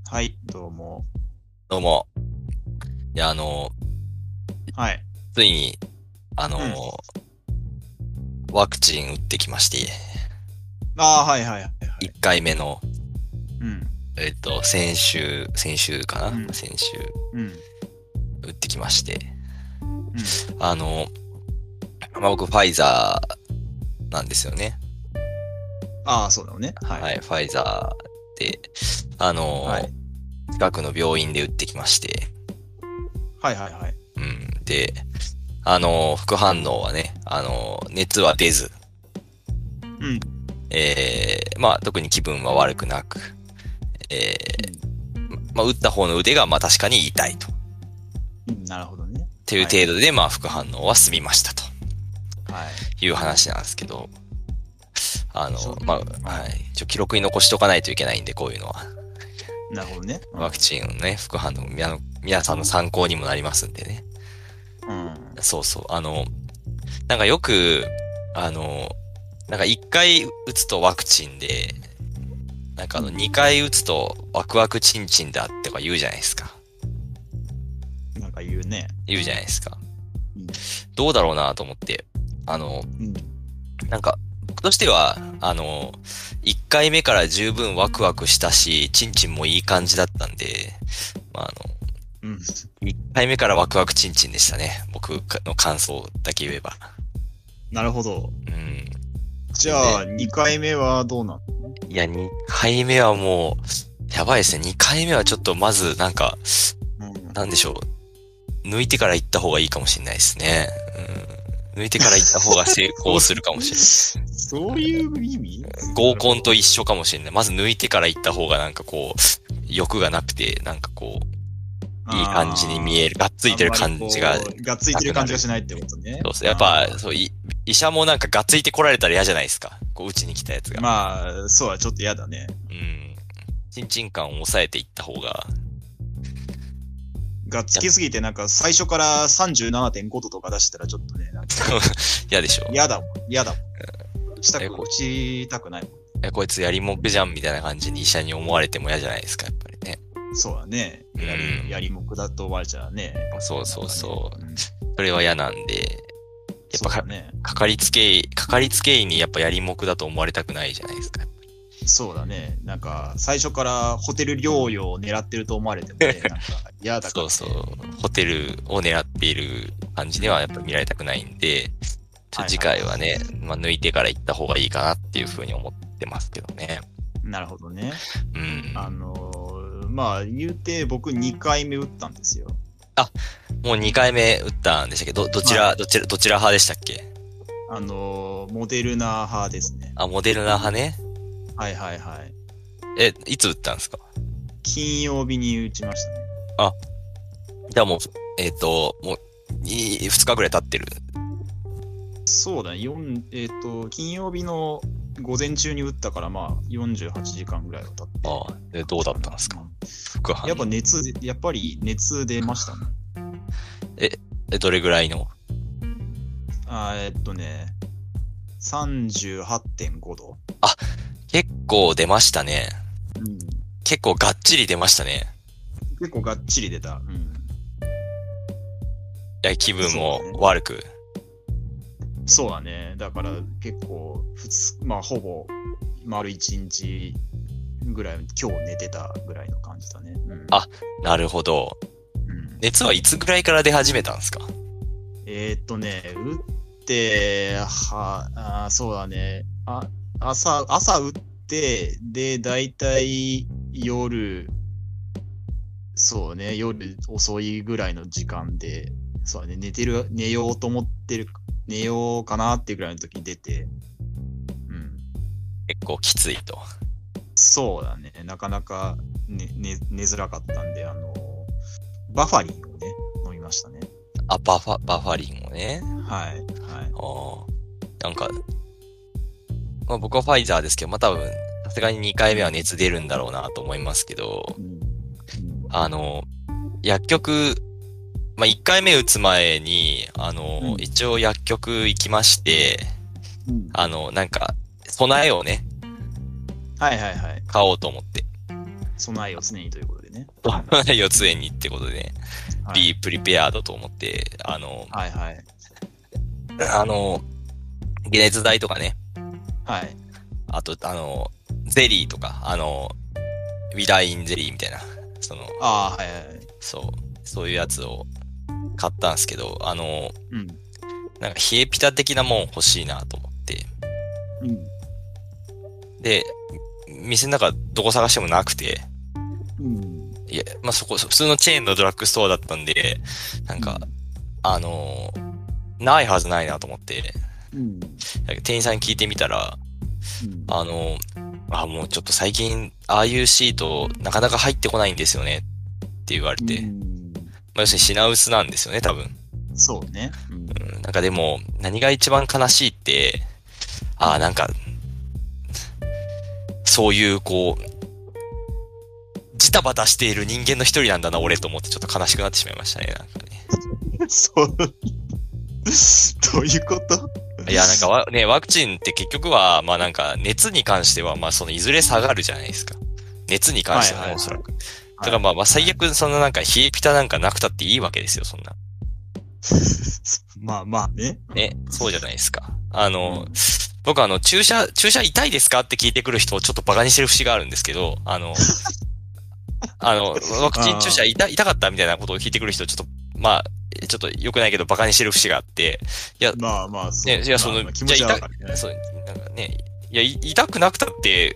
はい、どうも。 どうも。いや、 はい。 ついに、あうん。 の、ワクチン打ってきまして、 ああ、はいはいはいは 1 い。 回目の、 うん。 先週かなうん。 先週、 うん。 打ってきまして、 うん。 あの、僕、ファイザーなんですよね。 ああ、そうだよね。はい。 はい、ファイザーで、あの、 はい。 近くの病院で打ってきまして、 はいはいはい。 うん、で、副反応はね、熱は出ず、 うん。 特に気分は悪くなく、えうん。 打った方の腕が、確かに痛いと。 うん、なるほどね。 っていうはい。 程度で、副反応は済みましたとはい。 いう話なんですけど、 ちょっと、 はい。記録に残しとかないといけないんで、こういうのは。 なるほどね。うワクん。 チンのね、副反応、皆さんの参考にもなりますんでね。 うん。 そうそう。なんかよく、あの、なんか1回打つとワクチンで、なんかうん。 2回打つとワクワクチンチンだってか言うじゃないですか。 なんか言うね。 言うじゃないですか。 うん。 どうだろうなと思って。あの、 うん。 なんか、僕としては、1回目から十分ワクワクしたし、チンチンもいい感じだったんで、まあ、 うん。 1回目からワクワクチンチンでしたね。僕の感想だけ言えば。 なるほど。 うん。で、 じゃあ、2回目はどうなの？ いや、2回目はもう、やばいですね。2回目はちょっとまず、なんか、 うん。 なんでしょう。抜いてから行った方がいいかもしれないですね。うん。抜いてから行った方が成功するかもしれない。 そういう意味？な合コンとるほど。 一緒かもしれない。まず抜いてから行った方がなんかこう、欲がなくて、なんかこう、いい感じに見あえる。がっつあ、 いてるあんまり感じがこう、がっついてる感じがなくなる。 しないってことね。 そうそう。やっぱ、 ああ。 そう、医者もなんかがっついて来られたら嫌じゃないですか。こう、うちに来たやつが。 まあ、そうはちょっと嫌だね。 うん。チンチン感を抑えていった方が、 がっつやきすぎて、なんか最初から37.5度とか出したらちょっとね、なんか嫌でしょ。 嫌だもん。嫌だもん。 え、 打ちたくないもん。 こいつやりもくじゃんみたいな感じに医者に思われても嫌じゃないですか、やっぱりね。 そうだね。 うん。 やりもくだと思われちゃうね。 そうそうなんかね。 そう。 うん、 それは嫌なんで、やっぱそうだね。 かかりつけ医にやっぱやりもくだと思われたくないじゃないですか。 そうだね。なんか、最初からホテル療養を狙ってると思われてもね、なんか嫌だからね。 そうそう。ホテルを狙っている感じではやっぱ見られたくないんで、次はいはいは回はね、抜いてから行った方がいいかなっていうふうに思ってますけどね。 い。なるほどね。 うん。 まあ、言うて僕2回目打ったんですよ。 あ、もう2回目打ったんでしたっけど、 はい。 どちら派でしたっけ？ モデルナ派ですね。 あ、モデルナ派ね。 はいはいはい。 いつ打ったんですか？ 金曜日に打ちましたね。 あ、じゃあもう、もう、2日ぐらい経ってる。 そうだね。金曜日の午前中に打ったから、まあ、48時間ぐらいは経ってああ、で、どうだかな。 ったんですか？ うん、 副反応。 やっぱり熱出ましたね。 え、どれぐらいの？ 38.5度。 あ、結構出ましたね。 うん。 結構がっちり出ましたね。 結構がっちり出た。うん。 いや、気分もそうだね。 悪く。 そうだね。だから結構、まあ、ほぼ丸1日ぐらい、今日寝てたぐらいの感じだね。うん。 あ、なるほど。 うん、 熱はいつぐらいから出始めたんですか？ 打って、そうだね。朝打って、で、だいたいそうね、夜遅いぐらいの時間で、そうだね、寝ようと思ってる、寝ようかなっていうぐらいの時に出て、うん。 結構きついと。 そうだね、なかなか寝づらかったんで、バファリンをね、飲みましたね。 あ、バファリンをね。 はい、はい。 ああ。なんか、僕はファイザーですけど、多分、さすがに2回目はうん、 熱出るんだろうなと思いますけど、 うん、うん、 あの、薬局、1回目打つ前に、 うん、 一応薬局行きまして、 うん。 なんか、備えをね、 はいはいはい。 買おうと思って。 備えを常にということでね。 四つにってことでね、 はい、 be prepared と思って、 はいはい。 解熱剤とかね、 はい。 あと、ゼリーとか、ウィダインゼリーみたいな、 ああ、はいはい。 そういうやつを買ったんですけど、 うん。 なんか冷えピタ的なもん欲しいなと思って、 うん。 で、店の中どこ探してもなくて、 うん。 いや、まあ、普通のチェーンのドラッグストアだったんで、なんか、 うん。 あのないはずないなと思って、 うん。 店員さんに聞いてみたら、 うん。 あのもうちょっと最近、ああいうシートなかなか入ってこないんですよねって言われうて、 ん。 まあ、要するに品薄なんですよね、多分。 そうね。うん。 うん、なんかでも、何が一番悲しいって、なんうん。 か、そういうこう、ジタバタしている人間の一人なんだな、俺と思ってちょっと悲しくなってしまいましたね、なんかね。 そう。どういうこと？ いや、なんかワクチンって結局は、まあなんか、熱に関しては、まあそのいずれ下がるじゃないですか。熱に関してはね、 はいはいはい。 おそらく。だかはい。 らまあ最はい。 悪、そんななんか冷えピタなんかなくたっていいわけですよ、そんな。 まあまあね。 ね、そうじゃないですか。 うん。 僕注射痛いですかって聞いてくる人をちょっとバカにしてる節があるんですけど、ワクチン注ああ。 射痛かったみたいなことを聞いてくる人をちょっと、まあ、ちょっと良くないけどバカにしてる節があって、いや、 まあまあ、 ね、 そう。 いや、 まあまあ、気持じゃあちはわかるね。 そう、なんかね、いや、痛くなくたって、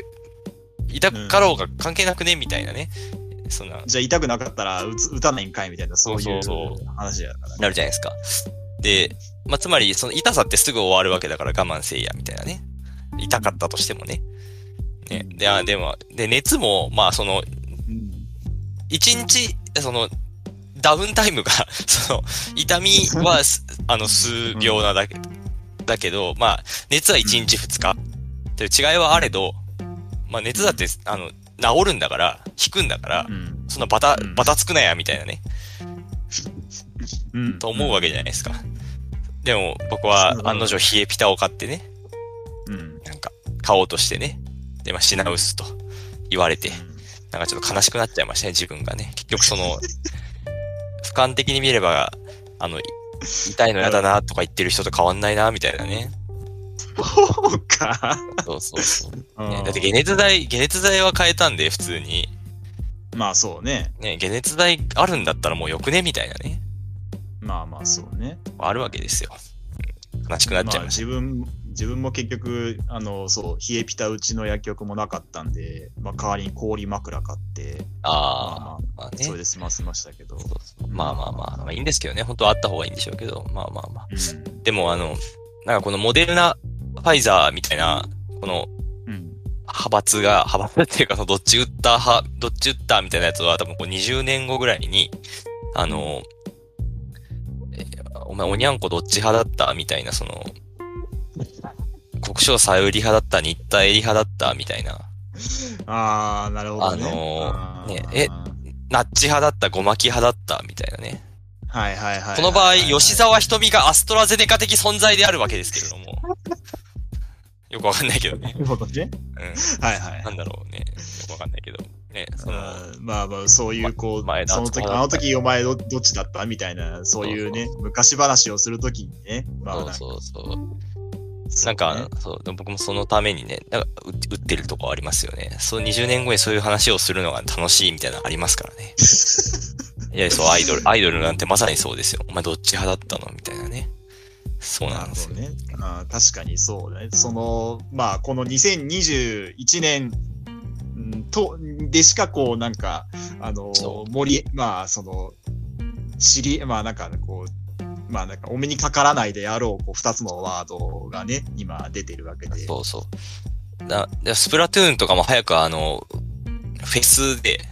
痛うかろうがん。 関係なくねみたいなね。そんな、 じゃあ痛くなかったら打たないんかいみたいな、 そうそういうそうそ話やからう、なるね。 じゃないですか。で、まあ、つまり、その痛さってすぐ終わるわけだから我慢せいや、みたいなね。痛かったとしてもね。ね。 うん。 で、熱も、まあ、 うん。 一日、ダウンタイムが痛みは数うん。 秒なだけど、まあ、熱は一日二日。という違いはあれど、まあ、熱だって、治るんだから、引くんだから、 うん。 そんなうん。 バタつくなや、みたいなね、 うん。 と思うわけじゃないうん。 ですか。でも、僕は案の定冷えピタを買ってね、 うん。 なんか、買おうとしてね、で、まあ、品薄と言われて、 うん。 なんかちょっと悲しくなっちゃいましたね、自分がね。結局俯瞰的に見れば、あの、痛いの嫌だなとか言ってる人と変わんないな、みたいなね。 そうか。 そうそうそう。ね、だってうん。 解熱剤は変えたんで、普通に。 まあそうね。 ね、解熱剤あるんだったらもうよくねみたいなね。 まあまあそうね。 あるわけですよ。悲しくなっちゃまあいました。 自分も結局、そう、冷えピタうちの薬局もなかったんで、まあ代わりに氷枕買って、まあああ、 まあ、 まあね。 それで済ませましたけど、 そうそう。まあまあまあまあ、まあいいんまあまあ、 ですけどね。本当はあった方がいいんでしょうけど。まあまあまあ。 うん、 でもなんかこのモデルナ、ファイザーみたいな、このうん、 派閥っていうか、そのどっち打ったみたいなやつは多分こう20年後ぐらいに、あうん。 の、お前おにゃんこどっち派だったみたいな、国生さゆり派だった新田絵里派だったみたいな、 ああ、なるほどね。 ね、 ああ、 ナッチ派だったごまき派だったみたいなね。 はいはいはいはいこの場合、 はいはい。 吉沢瞳がアストラゼネカ的存在であるわけですけれども、よくわかんないけどね。 なるほどね。 うん。 はいはい。 なんだろうね。よくわかんないけど。ね、 まあまあ、そういうこう、 前田敦子その時、あの派だったり。 時お前どっちだったみたいな、そうそういうね、 そうそう。 昔話をするときにね、まあそうなんか、 そうそう。なんか、 そうね。 そう、でも僕もそのためにね、なんか打ってるとこありますよね。そう、20年後にそういう話をするのが楽しいみたいなのありますからね。いや、そう、アイドルなんてまさにそうですよ。お前どっち派だったのみたいなね。そうなんですよ。 なるほどね。確かにそうだね。まあ、この2021年でしかこう、なんか、 そまあ、まあなんかこまあなんかお目にかからないであろう、こう、二つのワードがね、今出てるわけう、 で。 そうそう。でスプラトゥーンとかも早くフェスで、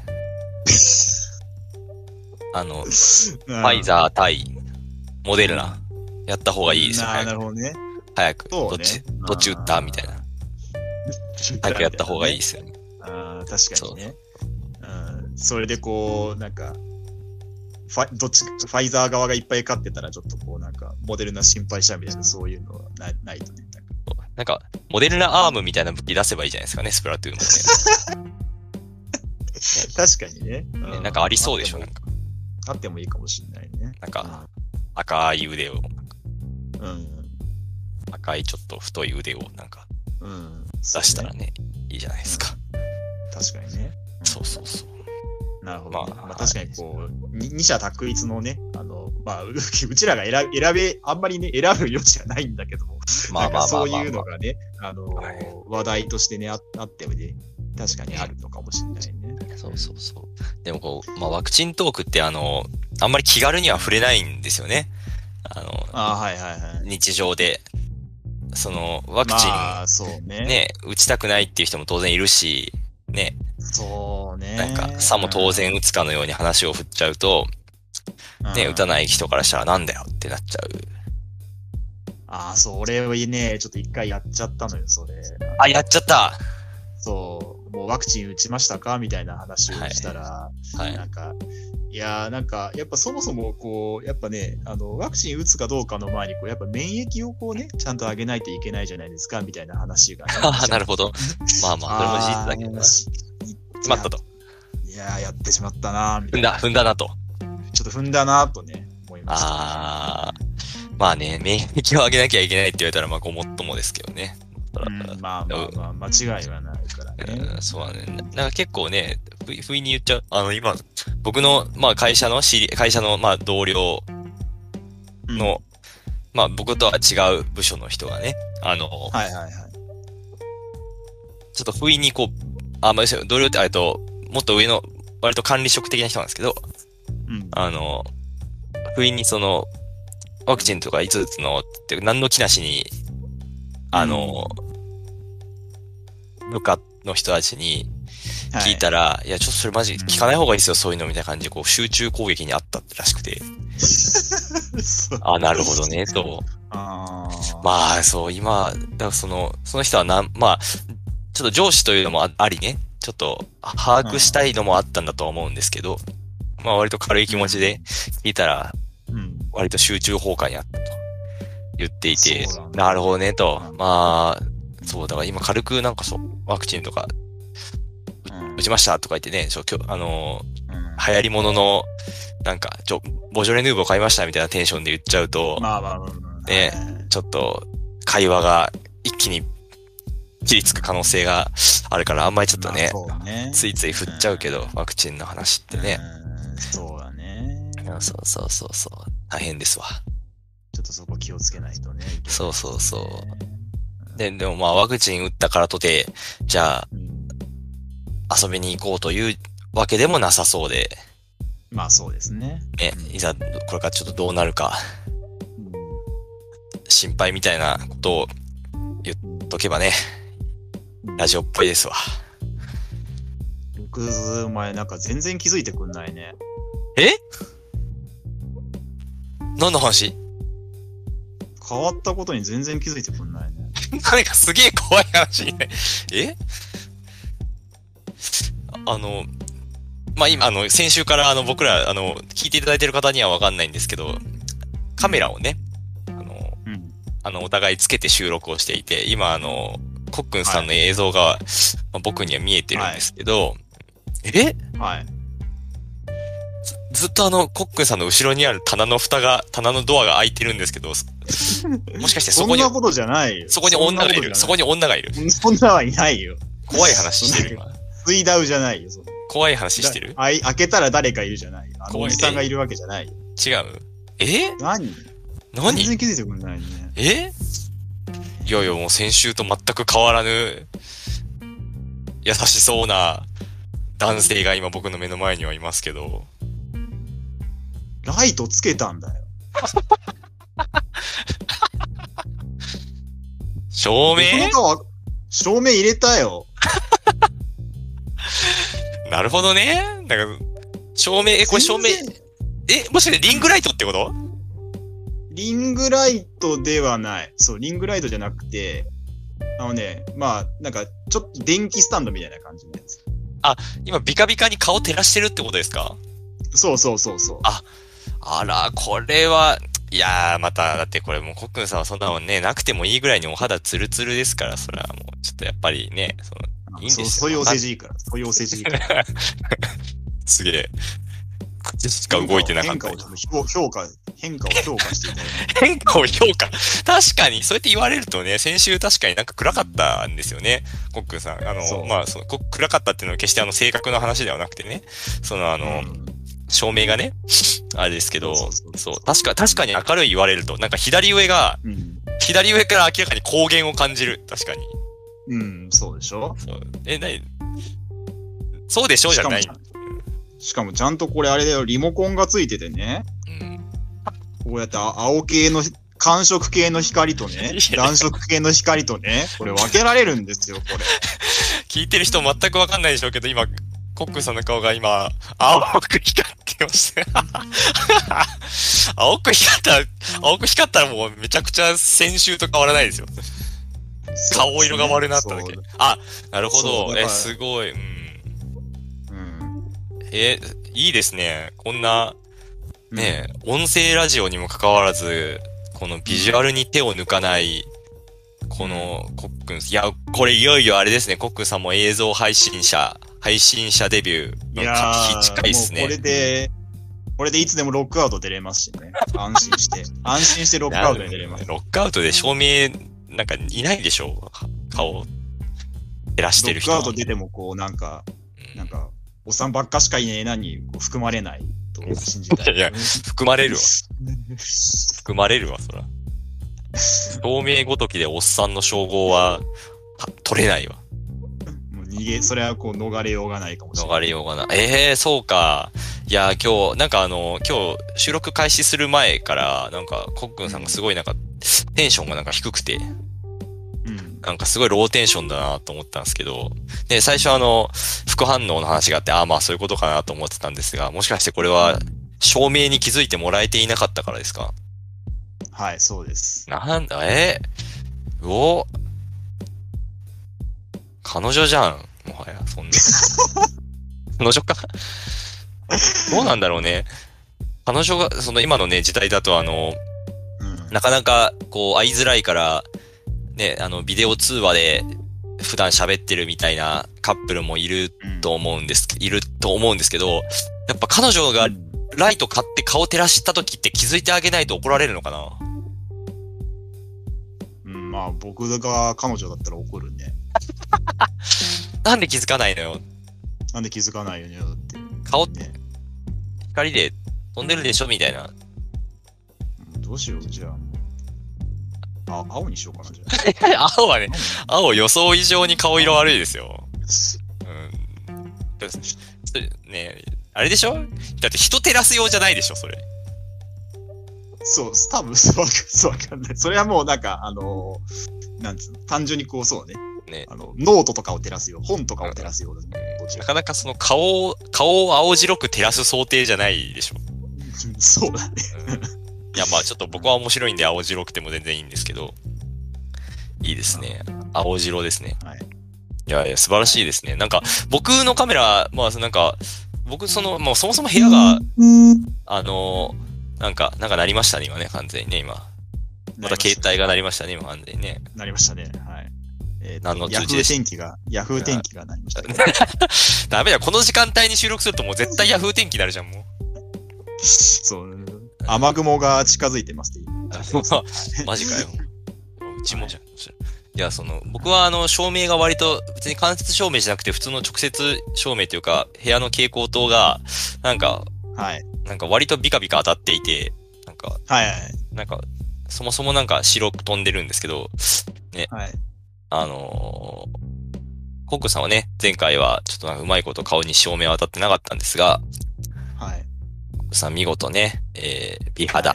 フうァイザーん。 対モデルナ、 うん。 やった方がいいですよ、 な早く。 るほどね。 早く。 そうね。 どっち打ったみたいな。 み早くやった方がいいたいなね。 ですよね。 確かそう。 にね。それでこう、なんか、ファイザー側がいっぱい勝ってたら、ちょっとこう、なんか、モデルナ心配しちゃうみたいな、そういうのはないとね。 なんか、モデルナアームみたいな武器出せばいいじゃないですかね、スプラトゥーンもね。 確かにね。 ね、なんかありそうでしょ、なんか。 あってもいいかもしれないね。 なんか、赤い腕を、 うん。 赤いちょっと太い腕をなんかうん。 出したらね、いいじゃないですか。 確かにね。 そうそうそう。 なるほど、ね。 まあ確かにこう、二者択一のね、うちらがあんまりね、選ぶ余地はないんだけども、なんかそういうのがね、話題としてね、あってもね、確かにあるのかもしれないね。 そうそうそう。でもこう、ワクチントークってあんまり気軽には触れないんですよね。 はいはいはい。 日常で。ワクチン、 そうね。 ね、打ちたくないっていう人も当然いるし、ね。 そうね。 なんか、さも当然打つかのように話を振っちゃうと、ね、打たない人からしたらなんだよってなっちゃう。 それをね、ちょっと一回やっちゃったのよ、それ。 あ、やっちゃった。 そう、もうワクチン打ちましたかみたいな話をしたら、 はい。 なんか、なんか、やっぱそもそも、こう、やっぱね、ワクチン打つかどうかの前に、こう、やっぱ免疫をこうね、ちゃんと上げないといけないじゃないですか、みたいな話が、ね。 なるほど。まあまあ、それも事実だけどな。しまったと。 やってしまったなみたいな。 踏んだなと。 ちょっと踏んだなとね、思いました、 まあね、免疫を上げなきゃいけないって言われたら、まあ、ごもっともですけどね。 まあ、間違いはないからね。 そうだね。なんか結構ね、不意に言っちゃう。今、僕の、会社の、同僚の、僕とは違う部署の人がね、はいはいはい。ちょっと不意にこう、同僚って、もっと上の、割と管理職的な人なんですけど、不意にワクチンとかいつ打つのって何の気なしに、部下の人たちに聞いたら、いや、ちょっとそれマジ聞かない方がいいですよ、そういうのみたいな感じで、こう、集中攻撃にあったらしくて。なるほどね、と。そう、今、だからその人はちょっと上司というのもありね、ちょっと把握したいのもあったんだとは思うんですけど、割と軽い気持ちで聞いたら、割と集中崩壊にあったと言っていて、なるほどね、と。そう、だから今軽くなんかワクチンとか、打ちましたとか言ってね、流行り物の、なんか、ボジョレ・ヌーボー買いましたみたいなテンションで言っちゃうと、ね、ちょっと会話が一気に切りつく可能性があるから、あんまりちょっとね、ついつい振っちゃうけど、ワクチンの話ってね。 そうだね。 そう。大変ですわ。 ちょっとそこ気をつけないとね。 そう。でもワクチン打ったからとて、じゃあ、遊びに行こうというわけでもなさそうで。 そうですね。 いざ、これからちょっとどうなるか、心配みたいなことを言っとけばね、ラジオっぽいですわ。 お前なんか全然気づいてくんないね。 何の話？ 変わったことに全然気づいてくんないね。 何かすげえ怖い話ね。今、先週から僕ら、聞いていただいてる方にはわかんないんですけど、カメラをね、お互いつけて収録をしていて、今、コックンさんの映像が、僕には見えてるんですけど、ずっとコックンさんの後ろにある棚のドアが開いてるんですけど、もしかしてそこに、 そんなことじゃないよ。 そこに女がいる。そこに女がいる。 そんなはいないよ。 怖い話してる今。 水ダウじゃないよ。 怖い話してる？ 開けたら誰かいるじゃないよ。おじさんがいるわけじゃないよ。 違う？ 何全然気づいてくんないね。 いや、もう先週と全く変わらぬ、優しそうな男性が今僕の目の前にはいますけど。 ライトつけたんだよ。 照明入れたよ。 なるほどね。なんか、これ照明、もしかしてリングライトってこと？ リングライトではない。そう、リングライトじゃなくて、なんか、ちょっと電気スタンドみたいな感じのやつ。 今ビカビカに顔照らしてるってことですか？ そう。 あら、これは、いやー、また、だってこれもうコックンさんはそんなもんね、なくてもいいぐらいにお肌ツルツルですから、それはもう、ちょっとやっぱりね、 いいんですよ。 そういうお世辞いいから。そういうお世辞いいから。 すげえ。口しか動いてなかった。 変化を評価していただいて。 変化を評価。確かに、そうやって言われるとね、先週確かになんか暗かったんですよね。コックンさん。まあ、暗かったっていうのは決して性格の話ではなくてね。照明がね、あれですけど、そう、確かに明るい言われると、なんか左上から明らかに光源を感じる。確かに。 そうでしょ？そう。 そうでしょじゃない。 しかもちゃんとこれあれだよ、リモコンがついててね。こうやって青系の、寒色系の光とね、暖色系の光とね、これ分けられるんですよ、これ。 聞いてる人全く分かんないでしょうけど、今、コックさんの顔が今、青く光ってました。青く光ったらもうめちゃくちゃ先週と変わらないですよ。顔色が悪くなっただけ。なるほど。すごい。いいですね。こんな、ね、音声ラジオにもかかわらず、このビジュアルに手を抜かない、このコックン、いや、これいよいよあれですね、コックンさんも映像配信者デビューの日近いですね。 これでいつでもロックアウト出れますしね。安心してロックアウトに出れます。 ロックアウトで照明、なんかいないでしょ？顔、照らしてる人。 ロックアウト出てもこう、なんか、おっさんばっかしかいねえなに含まれないと信じたい。 いや、含まれるわ。含まれるわ、そら。透明ごときでおっさんの称号は取れないわ。 もうそれはこう逃れようがないかもしれない。 逃れようがない。そうか。いや、今日、今日収録開始する前から、コックンさんがすごいテンションが低くて、すごいローテンションだなと思ったんですけど、で、最初副反応の話があって、まあそういうことかなと思ってたんですが、もしかしてこれは、照明に気づいてもらえていなかったからですか？ はい、そうです。 なんだ、彼女じゃん。もはや、そんな。彼女か。どうなんだろうね。彼女が、今のね、時代だとなかなか、会いづらいから、ね、ビデオ通話で普段喋ってるみたいなカップルもいると思うんですけど、やっぱ彼女がライト買って顔照らした時って気づいてあげないと怒られるのかな？ まあ僕が彼女だったら怒るね。 なんで気づかないのよ。 なんで気づかないよねだって。 顔って、光で飛んでるでしょみたいな。 どうしよう、じゃあ。青にしようかな、じゃあ。青はね、青予想以上に顔色悪いですよ。ねあれでしょ？だって人照らすようじゃないでしょ、それ。 そう、多分そうわかんない。それはもうなんつうの、単純にそうね。ノートとかを照らすよ。本とかを照らすよ。 なかなか顔を青白く照らす想定じゃないでしょ。 そうだね。 いや、まあちょっと僕は面白いんで青白くても全然いいんですけど。いいですね。青白ですね。はい。いや、素晴らしいですね。僕のカメラ、まあ僕もうそもそも部屋が、鳴りましたね、今ね、完全にね、今。また携帯が鳴りましたね、今完全にね。 鳴りましたね、はい。 何の通知でヤフー天気が鳴りましたね。 ダメだよ、この時間帯に収録するともう絶対ヤフー天気になるじゃん、もう。 そう、雨雲が近づいてますって。 マジかよ。うちもじゃん。いや、僕は照明が割と、別に間接照明じゃなくて普通の直接照明というか、部屋の蛍光灯が、 はい。 割とビカビカ当たっていて、 はい。 そもそも白く飛んでるんですけど、ね。 はい。 コックさんはね、前回はちょっとうまいこと顔に照明は当たってなかったんですが、 はい。 コックさん見事ね、美肌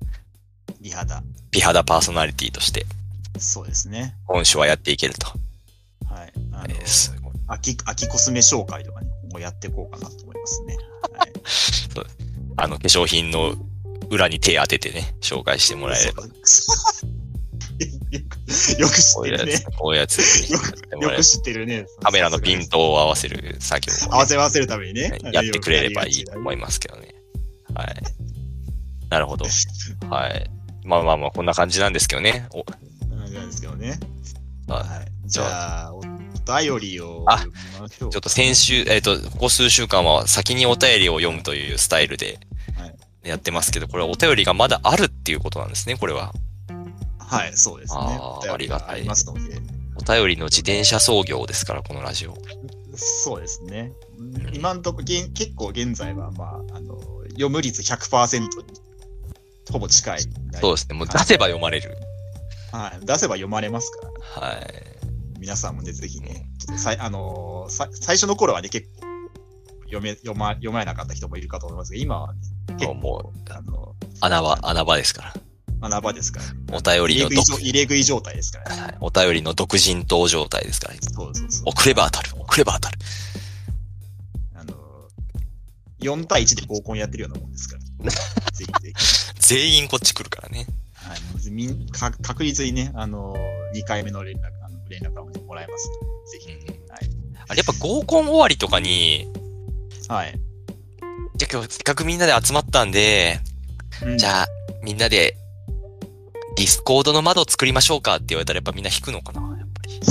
パーソナリティとして、 そうですね。 今週はやっていけると。 はい。すごい。秋コスメ紹介とかね、もうやっていこうかなと思いますね。はい。 そう化粧品の裏に手当ててね、紹介してもらえれば。 よく知ってるね。 こういうやつ。 よく知ってるね。 カメラのピントを合わせる作業を、 合わせるためにね。 やってくれればいいと思いますけどね。はい。なるほど。はい。まあ、こんな感じなんですけどね。 なんですけどね。 はい。 じゃあ、お便りを読みましょう。ちょっと先週、ここ数週間は先にお便りを読むというスタイルでやってますけど、これはお便りがまだあるっていうことなんですね、これは。 はい、そうですね。 ありがたい。 ありますので。 お便りの自転車操業ですから、このラジオ。 そうですね。今んとこ結構現在は、読む率 100% にほぼ近い。 そうですね。もう出せば読まれる。 はい。出せば読まれますから。はい。 皆さんもね、ぜひね、ちょっと最初の頃はね、結構読まれなかった人もいるかと思いますが、今はね、結構もう、穴場ですから。 穴場ですから、ね。 お便りの入れ食い状態ですからね。 はい。お便りの独人島状態ですから、ね。 そう。 送れば当たる。 4対1で合コンやってるようなもんですから。ぜひ。 全員こっち来るからね。 はい。確実にね、2回目の連絡をもらえますので、ぜひ。はい。 あれ、やっぱ合コン終わりとかに、 はい。 じゃあ今日せっかくみんなで集まったんで、じゃあみんなでディスコードの窓を作りましょうかって言われたらやっぱみんな引くのかなやっぱり。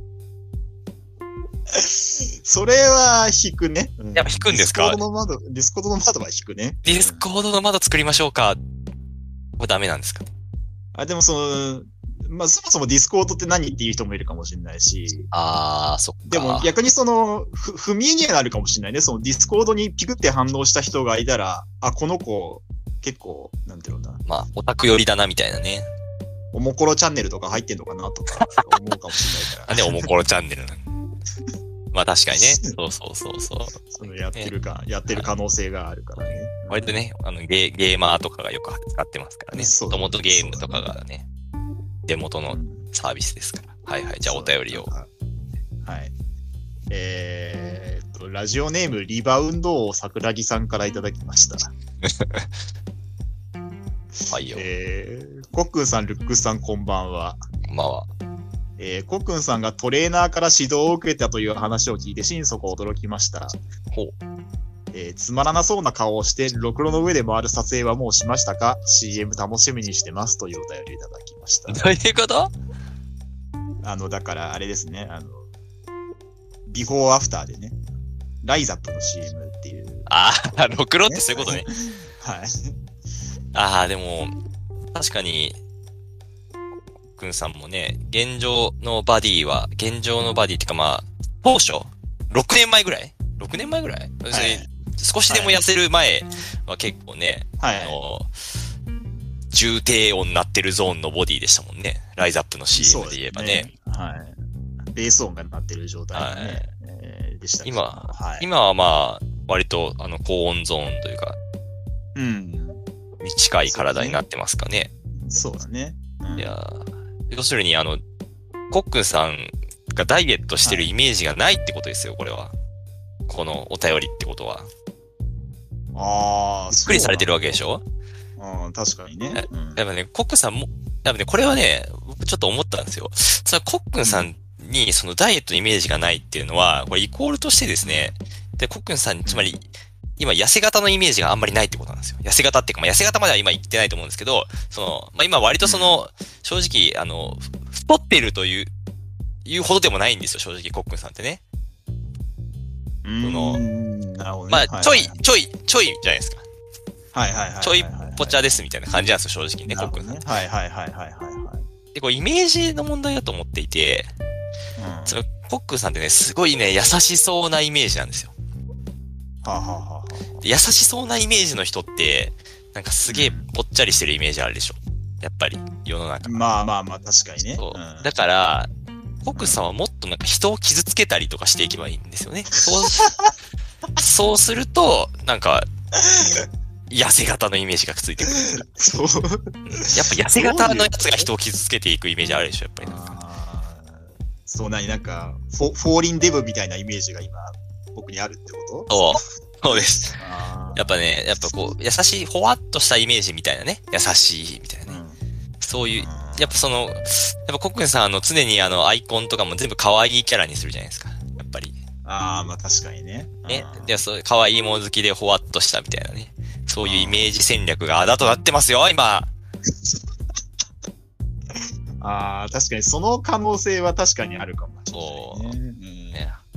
それは引くね。 やっぱ引くんですか？ ディスコードの窓は引くね。 ディスコードの窓作りましょうか。これダメなんですか？ でもそもそもディスコードって何っていう人もいるかもしれないし。 そっか。 でも逆に不見えにはなるかもしれないね。そのディスコードにピクって反応した人がいたら、この子、結構、なんていうのかな。 オタク寄りだなみたいなね。 おもころチャンネルとか入ってんのかなとか思うかもしれないから。 なんでおもころチャンネルなの確かにね。そう。 やってる可能性があるからね。 割とね、ゲーマーとかがよく使ってますからね。もともとゲームとかがね、手元のサービスですから。はい。じゃあお便りを。 はい。ラジオネームリバウンド王桜木さんからいただきました。 はいよ。 コックンさん、ルックスさん、こんばんは。 こんばんは。 コックンさんがトレーナーから指導を受けたという話を聞いて心底驚きました。 ほう。 つまらなそうな顔をして、ろくろの上で回る撮影はもうしましたか？ CM 楽しみにしてますというお便りいただきました。 どういうこと？ だからあれですね、ビフォーアフターでね、ライザップの CM っていう。 ろくろってそういうことね。 はい。 でも、確かに、くんさんもね、現状のバディっていうか当初 ?6 年前ぐらい、少しでも痩せる前は結構ね、重低音になってるゾーンのボディでしたもんね。ライズアップの CM で言えばね。 はい。ベース音が鳴ってる状態でね、でしたけど。 今は割と高音ゾーンというか、に近い体になってますかね。 そうだね。 いや要するにコックンさんがダイエットしてるイメージがないってことですよ、これは。このお便りってことは。ゆっくりされてるわけでしょ？ 確かにね。 やっぱね、コックンさんも、やっぱね、これはね、僕ちょっと思ったんですよ。それはコックンさんにそのダイエットのイメージがないっていうのは、これイコールとしてですね、で、コックンさんに、つまり、今、痩せ型のイメージがあんまりないってことなんですよ。痩せ型っていうか、痩せ型までは今言ってないと思うんですけど、今割と正直、太ってるというほどでもないんですよ、正直、コックンさんってね。 なるほどね。 ちょいじゃないですか。 はい。 ちょいぽちゃですみたいな感じなんですよ、正直ね、コックンさん。で、これイメージの問題だと思っていて、コックンさんってね、すごいね、優しそうなイメージなんですよ。優しそうなイメージの人って、なんかすげえぽっちゃりしてるイメージあるでしょ。やっぱり、世の中。 まあ、確かにね。 だから、コックンさんはもっとなんか人を傷つけたりとかしていけばいいんですよね。そうすると、なんか、痩せ型のイメージがついてくる。やっぱ痩せ型のやつが人を傷つけていくイメージあるでしょ、やっぱりなんか。 なんか、フォーリンデブみたいなイメージが今、僕にあるってこと？ そうです。やっぱこう、優しい、ほわっとしたイメージみたいなね。優しい、みたいなね。そういう、やっぱコックンさん常にアイコンとかも全部可愛いキャラにするじゃないですか。やっぱり。 確かにね。 で、そういう可愛いもの好きでほわっとしたみたいなね。そういうイメージ戦略がだとなってますよ、今。 確かにその可能性は確かにあるかもしれない、ね。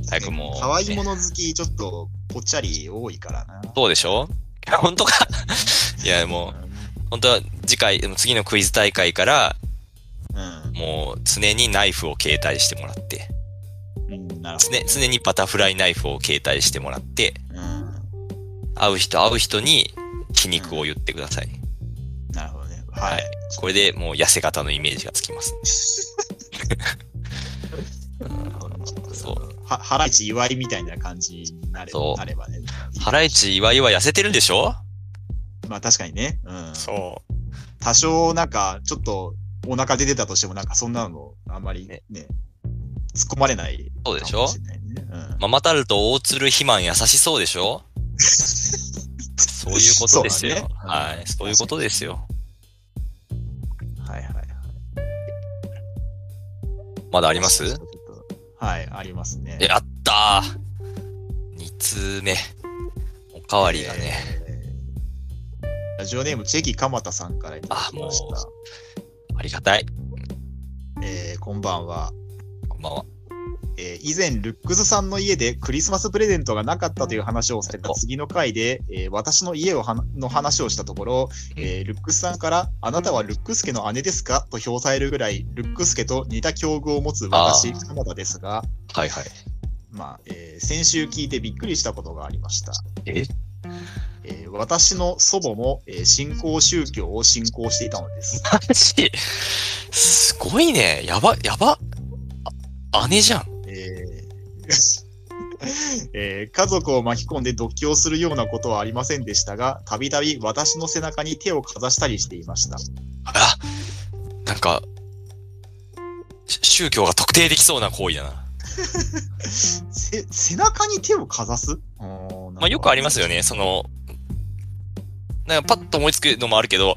早くもう、 可愛いもの好き、ちょっと、ぽっちゃり多いからな。 そうでしょ？いや、本当か。いや、もう、本当は次のクイズ大会から、もう常にナイフを携帯してもらって、 なるほどね、 常にバタフライナイフを携帯してもらって、会う人に皮肉を言ってください。 なるほどね。はい。 これでもう痩せ型のイメージがつきます。 そう。ハライチ岩井みたいな感じになればね。 ハライチ岩井は痩せてるんでしょ？ まあ確かにね。 そう。 多少なんか、ちょっとお腹出てたとしてもなんかそんなのあんまりね、突っ込まれない、 そうでしょ？ママタルト大鶴肥満優しそうでしょ？そういうことですよ。はい。そういうことですよ。 はい。 まだあります？ はい、ありますね。 やったー。2通目。おかわりがね。 ラジオネームチェキ鎌田さんからいただきました。 ありがたい。 こんばんは。 こんばんは。 以前、ルックスさんの家でクリスマスプレゼントがなかったという話をされた次の回で、私の家の話をしたところ、ルックスさんから、あなたはルックス家の姉ですかと評されるぐらい、ルックス家と似た境遇を持つ私、鎌田ですが、 はいはい。 まあ、先週聞いてびっくりしたことがありました。私の祖母も、新興宗教を信仰していたのです。 マジ？すごいね。やば。姉じゃん。 家族を巻き込んで読経するようなことはありませんでしたが、たびたび私の背中に手をかざしたりしていました。 なんか、宗教が特定できそうな行為だな。 背中に手をかざす？ まあよくありますよね。なんかパッと思いつくのもあるけど、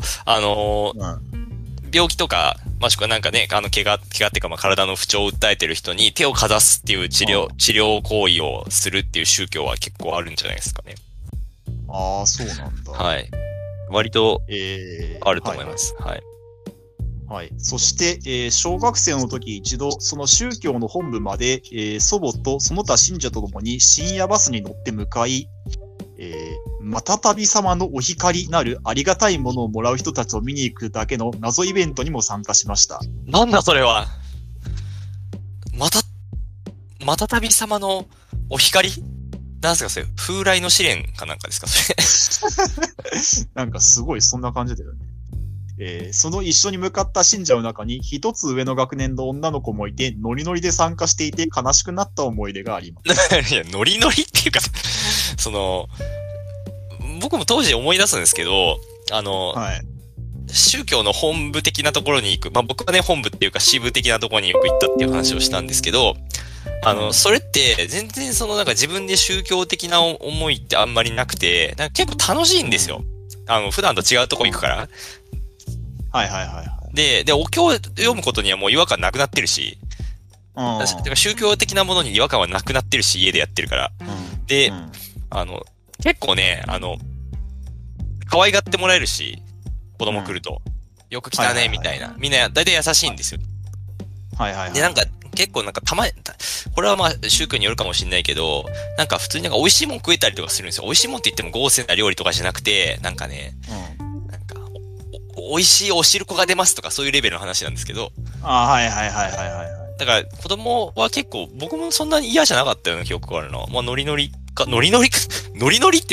病気とか、もしくはなんかね、怪我っていうか、まあ、体の不調を訴えてる人に手をかざすっていう治療行為をするっていう宗教は結構あるんじゃないですかね。 ああ、そうなんだ。 はい。割と、あると思います。はい。 はい。そして、小学生の時一度、その宗教の本部まで、祖母とその他信者と共に深夜バスに乗って向かい、またたび様のお光なるありがたいものをもらう人たちを見に行くだけの謎イベントにも参加しました。 なんだそれは。またたび様のお光？なんすかそれ、風来の試練かなんかですかそれ。なんかすごいそんな感じだよね。その一緒に向かった信者の中に一つ上の学年の女の子もいて、ノリノリで参加していて悲しくなった思い出があります。 いや、ノリノリっていうか、僕も当時思い出すんですけど、はい、宗教の本部的なところに行く。まあ、僕はね、本部っていうか支部的なところによく行ったっていう話をしたんですけど、それって全然なんか自分で宗教的な思いってあんまりなくて、なんか結構楽しいんですよ。普段と違うとこ行くから。 はい。 で、お経を読むことにはもう違和感なくなってるし、だから宗教的なものに違和感はなくなってるし、家でやってるから。で、結構ね、可愛がってもらえるし、子供来ると。よく来たね、みたいな。みんな大体優しいんですよ。で、なんか、結構なんかこれはまあ宗教によるかもしれないけど、なんか普通になんか美味しいもん食えたりとかするんですよ。美味しいもんって言っても豪勢な料理とかじゃなくて、なんかね、なんか、美味しいお汁粉が出ますとかそういうレベルの話なんですけど。 はい。 だから子供は結構、僕もそんなに嫌じゃなかったような記憶があるな。まあノリノリって何？ノリノリって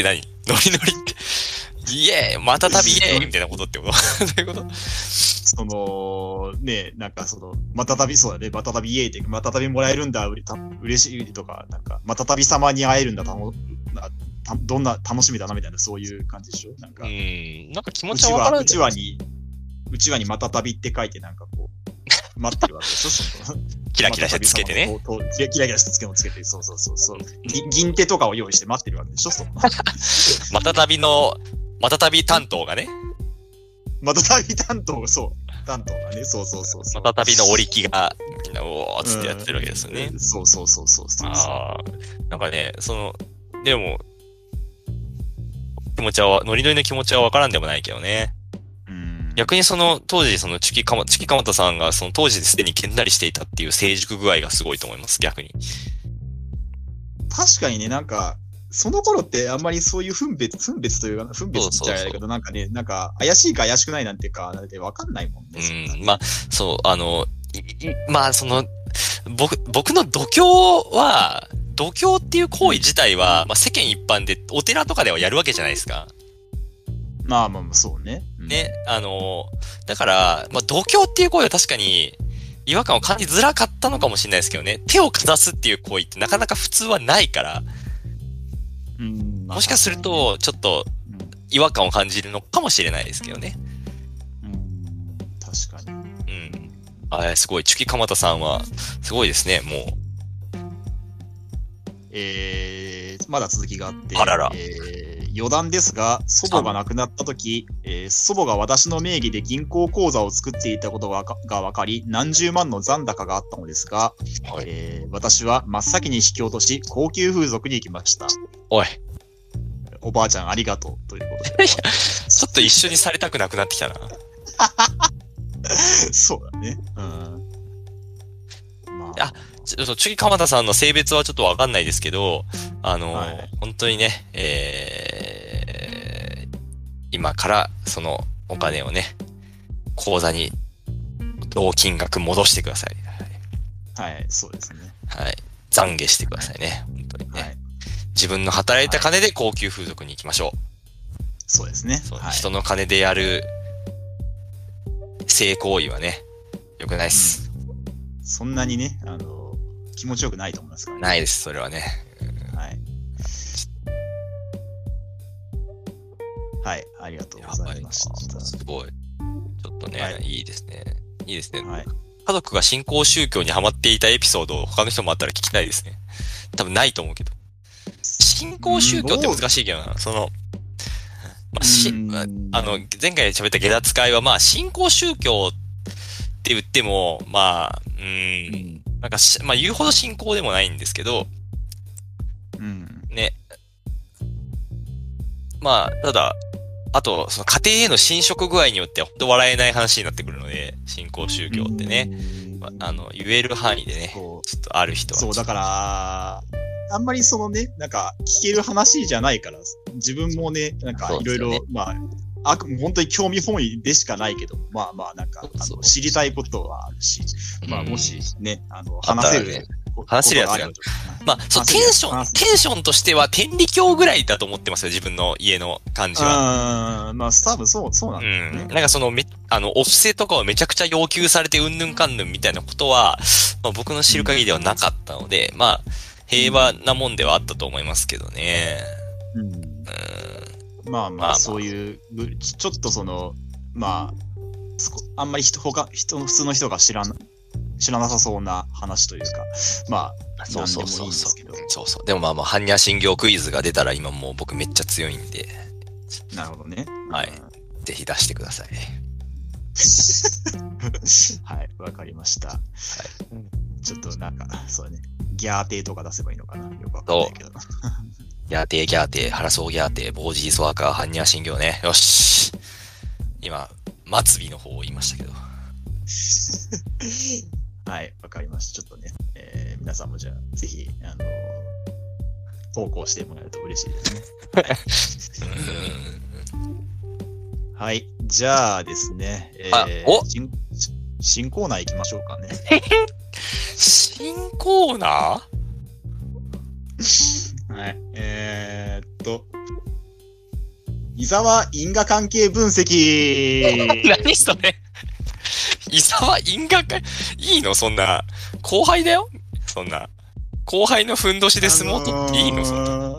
イエーイまた旅イエーイみたいなことってことどういうことなんかまた旅、そうだね、また旅イエーイって、また旅もらえるんだ、嬉しいとか、なんか、また旅様に会えるんだ、どんな楽しみだなみたいな、そういう感じでしょなんか、 なんか気持ちはわからん。 うちわにまた旅って書いて、なんかこう、待ってるわけでしょキラキラしてつけてね。 キラキラしてつけて、そう。銀手とかを用意して待ってるわけでしょまた旅担当がね。 また旅担当がね、そう。 また旅の折り機が、みんな、おーっつってやってるわけですよね。 そう。 なんかね、でも、ノリノリの気持ちはわからんでもないけどね。逆に当時、チキカマタさんが、当時ですでにけんなりしていたっていう成熟具合がすごいと思います、逆に。 確かにね、なんか、その頃ってあんまりそういう分別というか、分別じゃないけど、なんかね、なんか、怪しいか怪しくないなんていうか、なんてわかんないもんね。 まあ、そう、まあ、僕の度胸っていう行為自体は、まあ世間一般でお寺とかではやるわけじゃないですか。 まあまあまあ、そうね。 ね、だから、まあ度胸っていう行為は確かに違和感を感じづらかったのかもしれないですけどね。手をかざすっていう行為ってなかなか普通はないから、もしかすると、ちょっと違和感を感じるのかもしれないですけどね。 確かに。 すごい。チュキカマタさんは、すごいですね、もう。 まだ続きがあって、 あらら。 余談ですが、祖母が亡くなった時、祖母が私の名義で銀行口座を作っていたことが分かり、何十万の残高があったのですが、はい、私は真っ先に引き落とし、高級風俗に行きました。 おい。 おばあちゃんありがとう、ということで。 ちょっと一緒にされたくなくなってきたな。 そうだね。 チュキカマタさんの性別はちょっとわかんないですけど、本当にね、今からそのお金をね、口座に同金額戻してください。 はい、そうですね。 はい。懺悔してくださいね。本当にね。はい、自分の働いた金で高級風俗に行きましょう。 そうですね。 はい、人の金でやる性行為はね、良くないです。 そんなにね、気持ちよくないと思いますからね。 ないです、それはね。 はい。はい、ありがとうございました。 すごい。ちょっとね、いいですね。いいですね。はい。家族が新興宗教にハマっていたエピソードを他の人もあったら聞きたいですね。多分ないと思うけど。新興宗教って難しいけどな。前回喋った下脱会は、まあ、新興宗教って言っても、まあ、なんかまあ言うほど信仰でもないんですけど、ね。まあ、ただ、あと、その家庭への侵食具合によっては本当笑えない話になってくるので、新興宗教ってね。言える範囲でね、ちょっとある人は。 そう、だから、あんまりそのね、なんか聞ける話じゃないから、自分もね、なんかいろいろ、まあ、本当に興味本位でしかないけど、まあまあ、なんか、知りたいことはあるし、まあ、もしね、話せる。 話せるやつが。まあ、そう、テンションとしては天理教ぐらいだと思ってますよ、自分の家の感じは。 まあ、多分そうなんだよね。 なんかお布施とかをめちゃくちゃ要求されてうんぬんかんぬんみたいなことは、まあ、僕の知る限りではなかったので、まあ、平和なもんではあったと思いますけどね。 まあまあ、そういう、ちょっとまあ、あんまり普通の人が知らなさそうな話というか、まあ、なんでもいいんですけど。 そう。でもまあまあ、般若心経クイズが出たら今もう僕めっちゃ強いんで。 なるほどね。 はい。ぜひ出してください。 はい、わかりました。はい。ちょっとなんか、そうね、ギャーテーとか出せばいいのかな。よくわかんないけど。 ギャーテー、ハラソーギャーテー、ボージーソワカー、般若心経ね。よし。今、末尾の方を言いましたけど。 はい、わかりました。ちょっとね、皆さんもじゃあ、ぜひ、投稿してもらえると嬉しいですね。はい、じゃあですね、新コーナー行きましょうかね。 新コーナーはい、伊沢因果関係分析。 何それ伊沢因果関係、いいのそんな。後輩だよそんな。後輩のふんどしで相撲取っていいのそんな。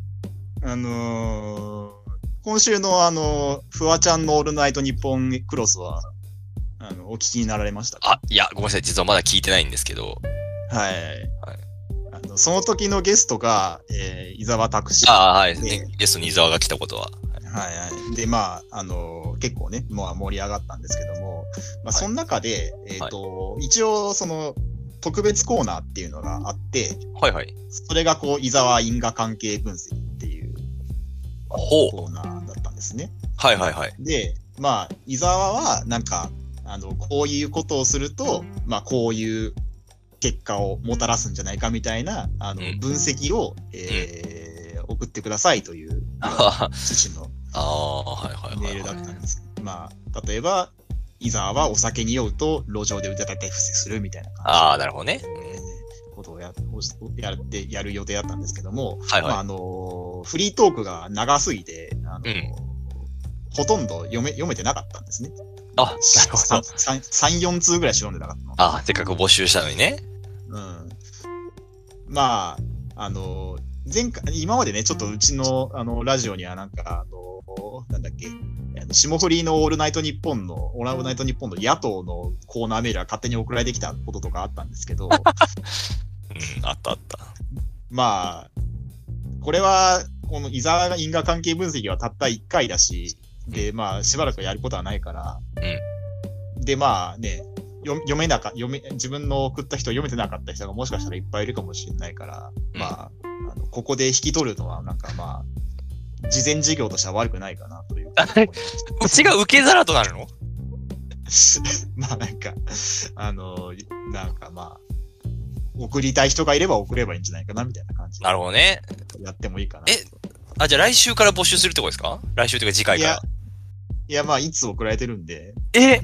今週のフワちゃんのオールナイトニッポンクロスは、お聞きになられましたか？ いや、ごめんなさい。実はまだ聞いてないんですけど。 はい。その時のゲストが、伊沢拓司。 はい。ゲストに伊沢が来たことは。 はい。で、まあ、結構ね、もう盛り上がったんですけども、まあ、その中で、一応、特別コーナーっていうのがあって、それが伊沢因果関係分析っていうコーナーだったんですね。で、まあ、伊沢は、なんか、こういうことをすると、まあ、こういう結果をもたらすんじゃないかみたいな、分析を、送ってくださいという趣旨のメールだったんです。まあ、例えば、伊沢はお酒に酔うと路上で腕立て伏せするみたいな感じで。 ああ、なるほどね。 ことをやる予定だったんですけども、 はいはい。 まあ、フリートークが長すぎて、ほとんど読めてなかったんですね。 あ、なるほど。 3、4通ぐらいしか読んでなかったの。 あ、せっかく募集したのにね。 うん。まあ、今までね、ちょっとうちの、ラジオにはなんか、なんだっけ、霜降りのオールナイトニッポンの野党のコーナーメールが勝手に送られてきたこととかあったんですけど、 あったあった。 まあ、これは、この伊沢が因果関係分析はたった1回だし、で、まあ、しばらくやることはないから、で、まあね、自分の送った人読めてなかった人がもしかしたらいっぱいいるかもしれないから、まあ、ここで引き取るのはなんかまあ、事前事業としては悪くないかなという。 うちが受け皿となるのまあなんか、なんかまあ、送りたい人がいれば送ればいいんじゃないかなみたいな感じで。 なるほどね。 やってもいいかな。 じゃあ来週から募集するってことですか？来週というか次回から。 いやまあ、いつ送られてるんで。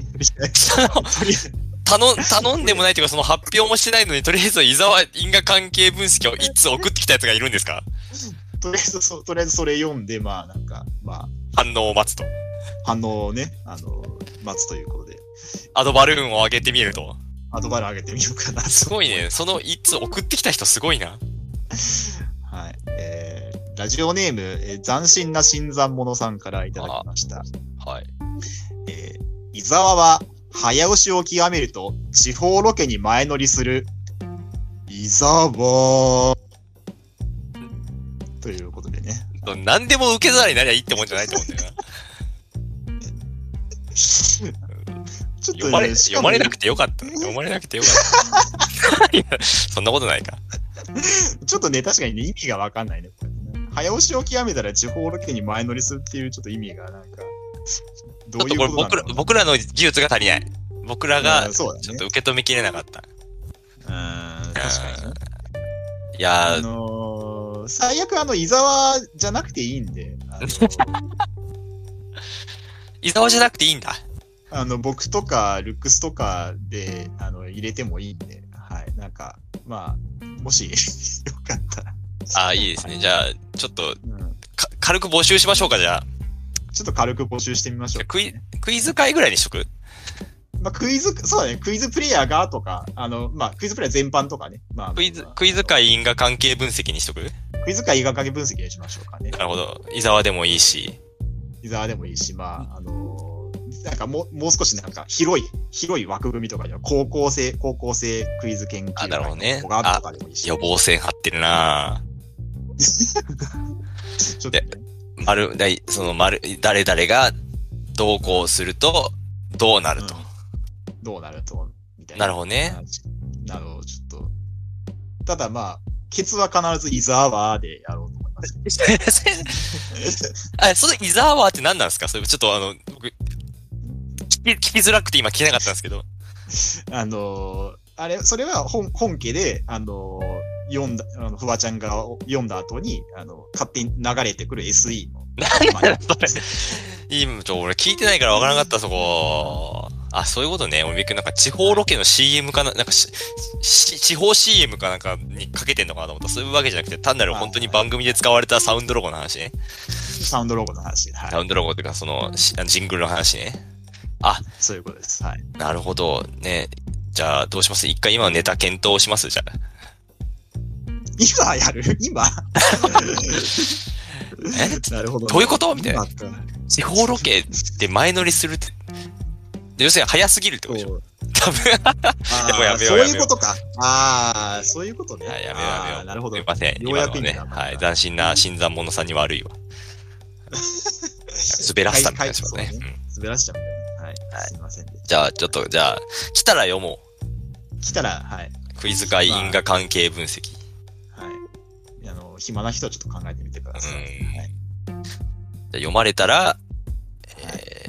頼んでもないというか、その発表もしてないのに、とりあえず伊沢因果関係分析をいつ送ってきたやつがいるんですか？ とりあえずそれ読んで、まあなんか、まあ。 反応を待つと。 反応をね、待つということで。 アドバルーンを上げてみると。 アドバルーン上げてみようかな。 すごいね。そのいつ送ってきた人すごいな。 はい。ラジオネーム、斬新な新参者さんからいただきました。 はい。 伊沢は、早押しを極めると、地方ロケに前乗りする、伊沢ということでね。 何でも受け皿になりゃいいってもんじゃないと思うんだよな。ちょっとね、読まれなくてよかった。読まれなくてよかった。いや、そんなことないか。 ちょっとね、確かにね、意味がわかんないね。早押しを極めたら地方ロケに前乗りするっていうちょっと意味がなんか、どういうことなのかな。 僕らの技術が足りない。僕らがちょっと受け止めきれなかった。 確かにね。 いや最悪伊沢じゃなくていいんで。 伊沢じゃなくていいんだ。 僕とか、ルックスとかで、入れてもいいんで、はい。なんか、まあ、もし、よかったら。 いいですね。じゃあ、ちょっと、軽く募集しましょうか、じゃあ。 ちょっと軽く募集してみましょう、 ね。クイズ会ぐらいにしとく？ まあ、そうだね。クイズプレイヤーがとか、まあ、クイズプレイヤー全般とかね。まあ、 クイズ会因果関係分析にしとく？ クイズ会因果関係分析にしましょうかね。 なるほど。伊沢でもいいし。 まあ、なんかもう少しなんか広い枠組みとかには高校生クイズ研究会なるほどね。 とかでもいいし。 予防線張ってるなちょっと、ね、 誰々がどうこうすると、どうなると。 みたいな。 なるほどね。 なるほど、ちょっと。ただまあ、ケツは必ず伊沢でやろうと思います。 その伊沢って何なんですか？それちょっと僕、聞きづらくて今聞けなかったんですけど。 それは本家で、フワちゃんが読んだ後に、勝手に流れてくる SE の。 何だよ、それ。俺聞いてないから分からなかった、そこ。そういうことね。俺びっくりなんか地方ロケの CM かな、なんか地方 CM かなんかにかけてんのかなと思った。そういうわけじゃなくて、単なる本当に番組で使われたサウンドロゴの話ね。 サウンドロゴの話。はい。 サウンドロゴっていうか、ジングルの話ね。 そういうことです。はい。 なるほど。ね。じゃあ、どうします？一回今のネタ検討します？じゃあ。 今やる？今なるほど、ね。 どういうことみたいな。地方ロケで前乗りするって。要するに早すぎるってことでしょ？多分。でもやめよう。 そういうことか。そういうことね。 やめよう。 なるほど。 すいません。ようやくね。はい。斬新な新参者さんに悪いわ。滑らせたみたいなしますね。 滑らしちゃうみたいな。はい。すいません。 じゃあ、来たら読もう。来たら、はい。 クイズ会因果関係分析。 はい。暇な人はちょっと考えてみてください。はい。じゃあ読まれたら、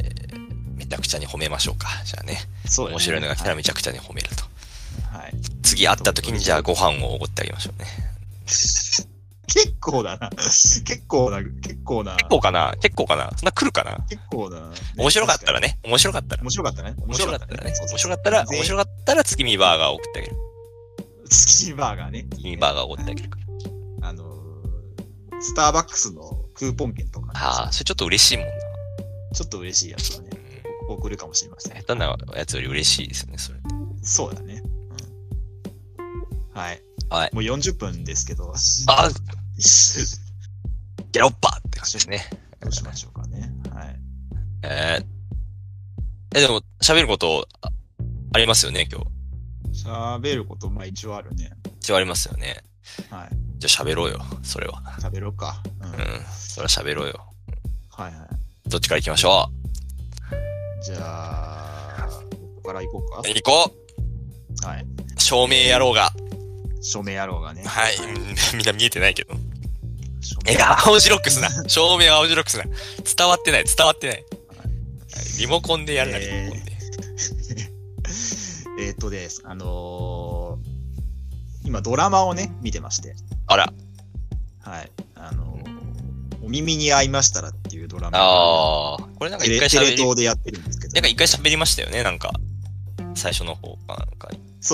めちゃくちゃに褒めましょうか。じゃあね。そうですね。面白いのが来たらめちゃくちゃに褒めると。 はい。 次会った時にじゃあご飯をおごってあげましょうね。 結構だな。結構かなそんな来るかな結構だな。面白かったらね。面白かったら月見バーガーを送ってあげる。 月見バーガーね。 月見バーガーを送ってあげるから。 スターバックスのクーポン券とか、 ああ、それちょっと嬉しいもんな。 ちょっと嬉しいやつをね、送るかもしれません。 下手なやつより嬉しいですよね、それ。 そうだね。はい。 はい。 もう40分ですけど。 あゲロッパって感じですね。 どうしましょうかね。はい。 でも、喋ることありますよね、今日。 喋ること、まあ一応あるね。 一応ありますよね。 はい。 じゃあ喋ろうよ、それは。 喋ろうか。 それは喋ろうよ。 はいはい。 どっちから行きましょう。じゃあ、ここから行こうか。 行こう。はい。 照明野郎が。 照明野郎がね。 はい。みんな見えてないけど。青白くすな。照明青白くすな。伝わってない。リモコンでやるな、リモコンで。 です。今ドラマをね、見てまして。 あら。 はい。お耳に合いましたらっていうドラマ。 ああ。これなんか一回テレ東でやってるんですけど。 なんか一回喋りましたよね、なんか。最初の方かなんかに。 そう。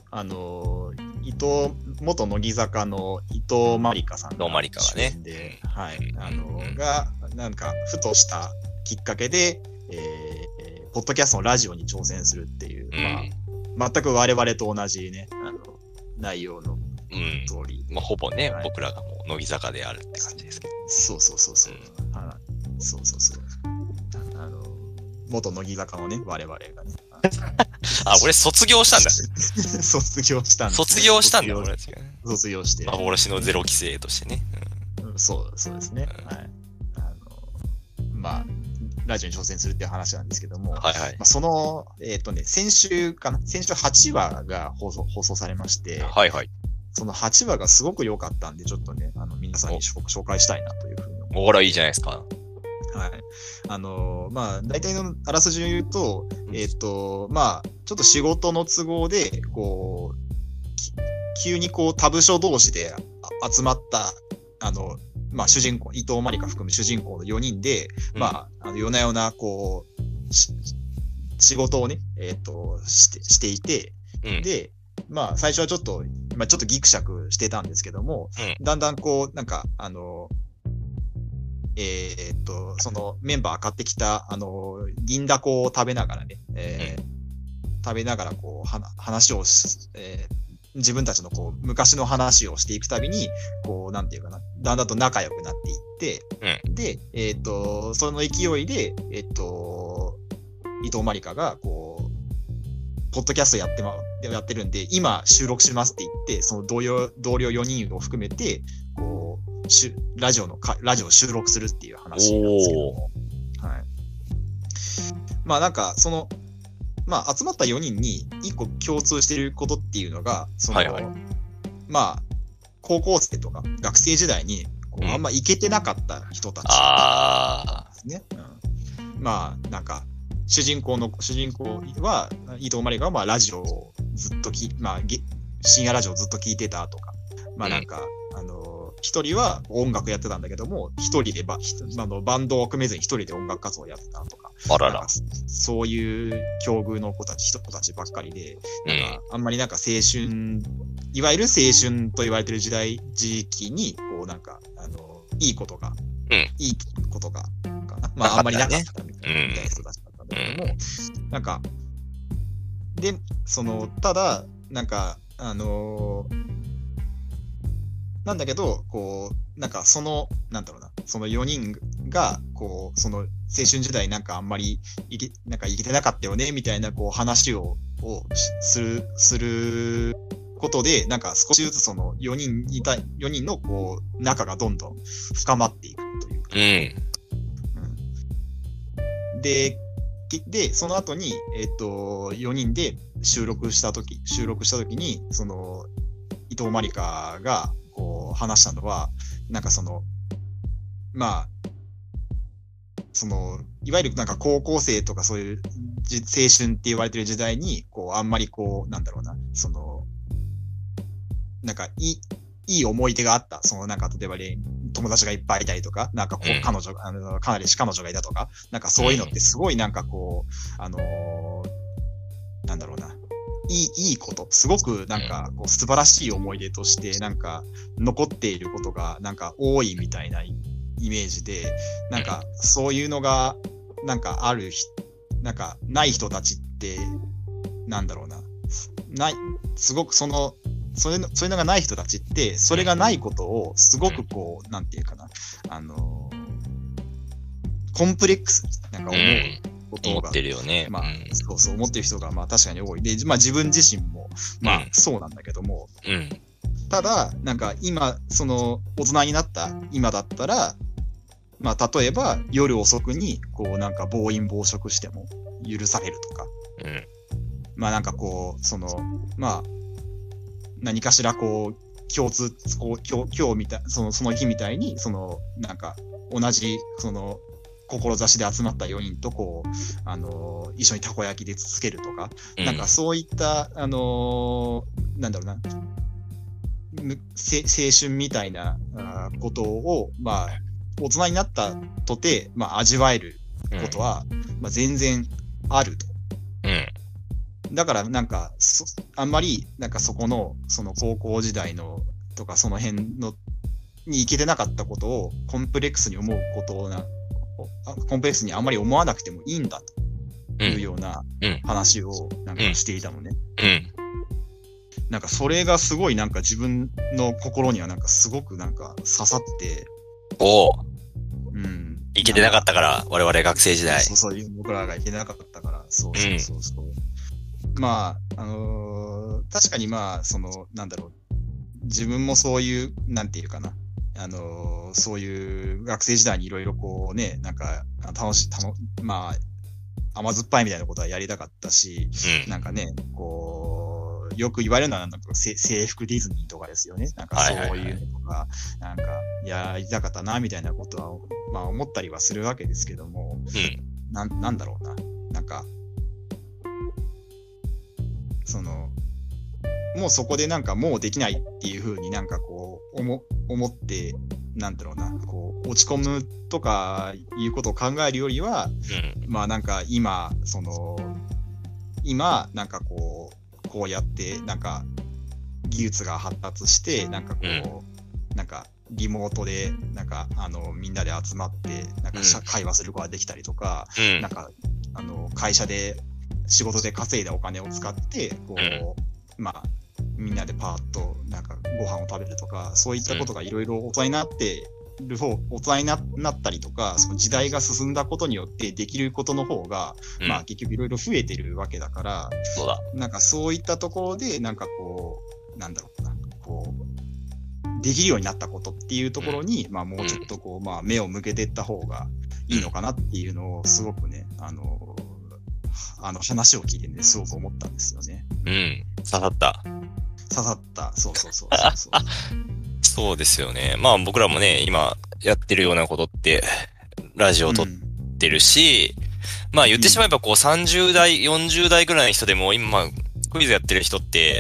元乃木坂の伊藤まりかさんが主演で、はい。が、なんか、ふとしたきっかけで、ポッドキャストのラジオに挑戦するっていう、まあ、全く我々と同じね、内容の通り。 まあ、ほぼね、はい、僕らがもう乃木坂であるって感じですけど。 そう。元乃木坂のね、我々がね。 あ、俺卒業したんだ。 卒業したんだ。 卒業して。幻のゼロ期生としてね。 そうですね。はい。まあ、ラジオに挑戦するっていう話なんですけども、 はいはい。 その、先週8話が放送されまして、 はいはい。 その8話がすごく良かったんで、ちょっとね、皆さんに紹介したいなというふうに思います。 ほら、いいじゃないですか。 はい。まあ、大体のあらすじを言うと、まあ、ちょっと仕事の都合で、こう、急にこう、他部署同士で集まった、まあ、主人公、伊藤まりか含む主人公の4人で、まあ、夜な夜な、こう、仕事をね、していて、で、まあ、最初はちょっとギクシャクしてたんですけども、だんだんこう、なんか、そのメンバー買ってきた、銀だこを食べながらね、こう、話を自分たちのこう、昔の話をしていくたびに、こう、なんていうかな、だんだんと仲良くなっていって、で、その勢いで、伊藤まりかが、こう、ポッドキャストやってるんで、今収録しますって言って、その同僚4人を含めて、こう、ラジオを収録するっていう話なんですけども。はい。まあなんか、まあ集まった4人に1個共通していることっていうのが、まあ、高校生とか学生時代に、こうあんまイケてなかった人たちですね。まあ、なんか、主人公は、伊藤まりかは、まあ、ラジオをずっとまあ、深夜ラジオをずっと聞いてたとか、まあなんか、一人は音楽やってたんだけども、一人でバンドを組めずに一人で音楽活動をやってたとか、そういう境遇の人たちばっかりで、なんか、あんまりなんかいわゆる青春と言われてる時期に、こうなんか、いいことが、かな。まあ、あんまりなかったみたいな人たちだったんだけども、なんか、で、ただ、なんか、なんだけど、こう、なんかなんだろうな、その4人が、こう、その青春時代なんかあんまりいけてなかったよね、みたいな、こう、話をすることで、なんか少しずつその4人の、こう、仲がどんどん深まっていくというか。で、その後に、4人で収録した時に、その、伊藤まりかが、こう、話したのは、なんかまあ、いわゆるなんか高校生とかそういう青春って言われてる時代に、こう、あんまりこう、なんだろうな、 なんかいい思い出があった。そのなんか、例えば友達がいっぱいいたりとか、なんかこう、彼女がいたとか、なんかそういうのってすごいなんかこう、なんだろうな。いいこと、すごくなんかこう素晴らしい思い出としてなんか残っていることがなんか多いみたいなイメージで、なんかそういうのがなんかなんかない人たちって、なんだろうな。すごくそういうのがない人たちって、それがないことをすごくこう、なんていうかな、コンプレックスなんか思う。 思ってるよね。 まあ、そう思ってる人がまあ確かに多い。で、まあ自分自身もまあそうなんだけども、ただ、なんか今、大人になった今だったら、まあ例えば夜遅くにこうなんか暴飲暴食しても許されるとか、まあなんかこう、まあ何かしらこう、今日みたい、その日みたいに、なんか同じ、志で集まった4人とこう、一緒にたこ焼きでつつけるとか、なんかそういった、なんだろうな、青春みたいなことを、まあ、大人になったとて、まあ、味わえることは、まあ、全然あると。だから、なんか、あんまり、なんかそこの、高校時代の、とか、その辺の、に行けてなかったことを、コンプレックスに思うことをコンプレックスにあんまり思わなくてもいいんだというような話をなんかしていたのね。なんかそれがすごいなんか自分の心にはなんかすごくなんか刺さって。 いけてなかったから、我々学生時代。 そう、僕らがいけなかったから、そう。まあ、確かにまあ、なんだろう。自分もそういう、なんていうかな。そういう学生時代にいろいろこうね、なんかまあ、甘酸っぱいみたいなことはやりたかったし、なんかね、こう、よく言われるのはなんか制服ディズニーとかですよね。なんかそういうのとか、なんかやりたかったな、みたいなことは、まあ思ったりはするわけですけども、なんだろうな。なんか、もうそこでなんかもうできないっていう風になんかこう思って、なんだろうな、こう落ち込むとかいうことを考えるよりは、まあなんか今なんかこうやってなんか技術が発達してなんかこう、なんかリモートでなんかみんなで集まってなんか会話することができたりとか、なんか会社で仕事で稼いだお金を使ってこう、まあみんなでパーッとなんかご飯を食べるとか、そういったことがいろいろ大人になったりとか、その時代が進んだことによってできることの方が、まあ結局いろいろ増えてるわけだから、なんかそういったところでなんかこう、なんだろうな、こう、できるようになったことっていうところに、まあもうちょっとこう、まあ目を向けていった方がいいのかなっていうのをすごくね、話を聞いてね、すごく思ったんですよね。 刺さった。 そう。 そうですよね。まあ僕らもね、今やってるようなことって、ラジオを撮ってるし、まあ言ってしまえばこう30代、40代ぐらいの人でも今、クイズやってる人って、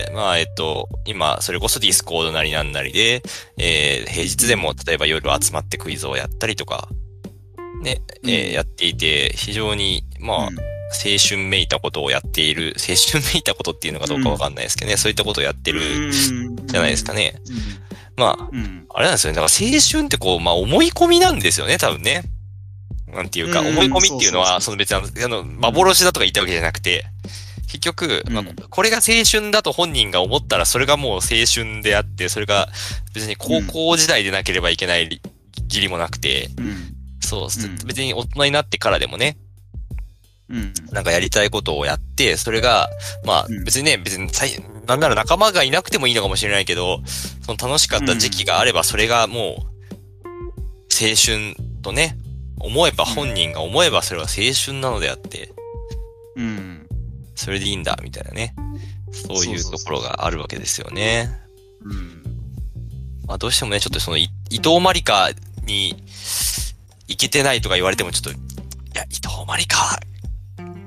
まあ今、それこそディスコードなりなんなりで、平日でも例えば夜集まってクイズをやったりとか、ね、やっていて、非常に、まあ、青春めいたことをやっている、青春めいたことっていうのかどうかわかんないですけどね、そういったことをやってるじゃないですかね。まあ、あれなんですよね。だから青春ってこう、まあ思い込みなんですよね、多分ね。なんていうか、思い込みっていうのは、別に幻だとか言ったわけじゃなくて、結局、まあ、これが青春だと本人が思ったら、それがもう青春であって、それが別に高校時代でなければいけない義理もなくて、そう、別に大人になってからでもね、なんかやりたいことをやって、それが、まあ別になんなら仲間がいなくてもいいのかもしれないけど、その楽しかった時期があれば、それがもう、青春とね、本人が思えばそれは青春なのであって、それでいいんだ、みたいなね。そういうところがあるわけですよね。まあどうしてもね、ちょっと伊藤まりかに行けてないとか言われてもちょっと、いや、伊藤まりか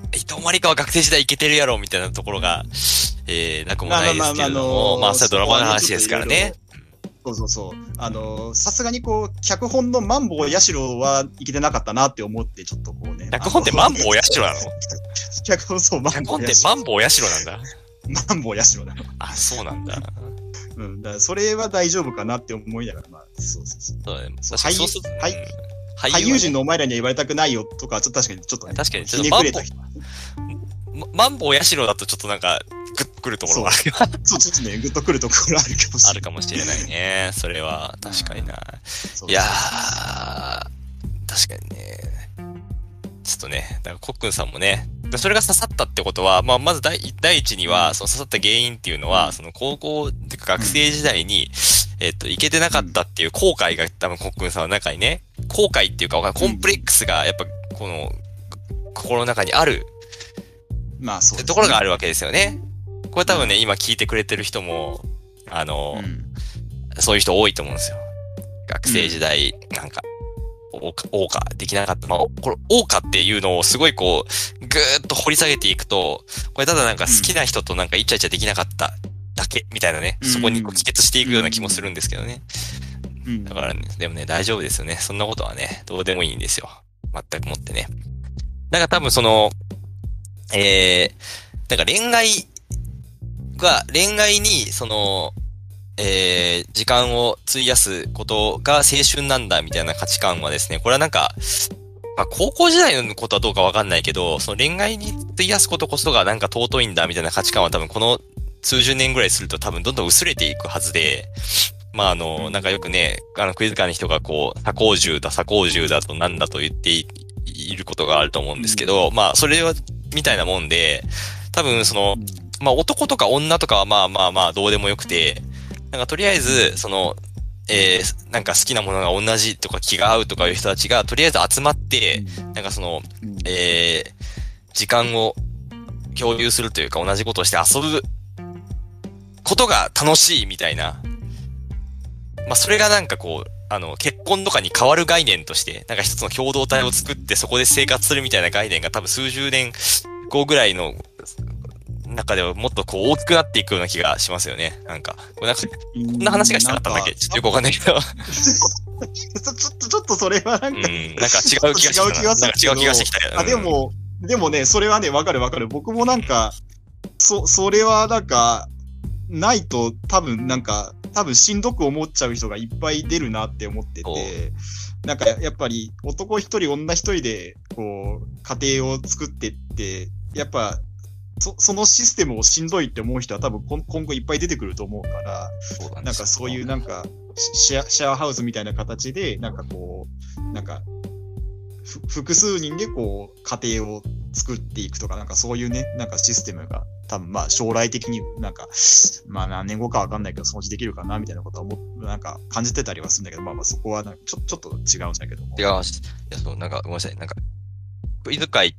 伊藤まりかは学生時代イケてるやろ、みたいなところが、なくもないですけれども、まあ、それはドラマの話ですからね。 そう。さすがにこう、脚本のマンボウヤシロはいけてなかったなって思って、ちょっとこうね。 脚本ってマンボウヤシロなの？ 脚本そう、マンボウヤシロ。 脚本ってマンボウヤシロなんだ。 マンボウヤシロなの。 あ、そうなんだ。 うん、だからそれは大丈夫かなって思いながら、まあ、そう。 そうね。 俳優陣のお前らには言われたくないよとか、確かにちょっとね。 確かに、ちょっとマンボウヤシロだとちょっとなんか、グッとくるところがある。 そう、ちょっとね、グッとくるところあるかもしれない。 あるかもしれないね。それは、確かにな。いやー、確かにね。ちょっとね、だからコックンさんもね、それが刺さったってことは、まあ、まず第一には、その刺さった原因っていうのは、その高校、っていうか学生時代に、いけてなかったっていう後悔が多分コックンさんの中にね、後悔っていうか、コンプレックスがやっぱ、この、心の中にある、 まあそうですね。 ところがあるわけですよね。これ多分ね、今聞いてくれてる人も、そういう人多いと思うんですよ。学生時代、なんか、謳歌できなかった。まあ、これ、謳歌っていうのをすごいこう、ぐーっと掘り下げていくと、これただなんか好きな人となんかイチャイチャできなかっただけ、みたいなね、そこに帰結していくような気もするんですけどね。だからね、でもね、大丈夫ですよね。そんなことはね、どうでもいいんですよ。全くもってね。だから多分その、なんか恋愛に、その、時間を費やすことが青春なんだみたいな価値観はですね、これはなんか、まあ高校時代のことはどうかわかんないけど、その恋愛に費やすことこそがなんか尊いんだみたいな価値観は多分この数十年ぐらいすると多分どんどん薄れていくはずで、まあなんかよくね、クイズ界の人がこう、左高銃だとなんだと言っていることがあると思うんですけど、まあそれは、みたいなもんで、多分その、まあ男とか女とかはまあどうでもよくて、なんかとりあえず、その、なんか好きなものが同じとか気が合うとかいう人たちがとりあえず集まって、なんかその、時間を共有するというか同じことをして遊ぶことが楽しいみたいな。まあそれがなんかこう、結婚とかに変わる概念として、なんか一つの共同体を作ってそこで生活するみたいな概念が多分数十年後ぐらいの中ではもっとこう大きくなっていくような気がしますよね。なんか、こんな話がしたかったんだっけ？ちょっとよくわかんないけど。 ちょっとそれはなんか、 なんか違う気がしてきた。 でもね、それはね、わかる。僕もなんか、それはなんか、ないと多分しんどく思っちゃう人がいっぱい出るなって思ってて、なんかやっぱり男一人女一人で、こう、家庭を作ってって、やっぱ、そのシステムをしんどいって思う人は多分今後いっぱい出てくると思うから、なんかそういうなんかシェアハウスみたいな形で、なんかこう、なんか複数人でこう家庭を作っていくとか、なんかそういうね、なんかシステムが多分まあ将来的になんか、まあ何年後かわかんないけど、そのうちできるかなみたいなことはなんか感じてたりはするんだけど、まあそこはなんかちょっと違うんだけども。 いや、そう、なんかごめんなさい。なんか、クイズ界って、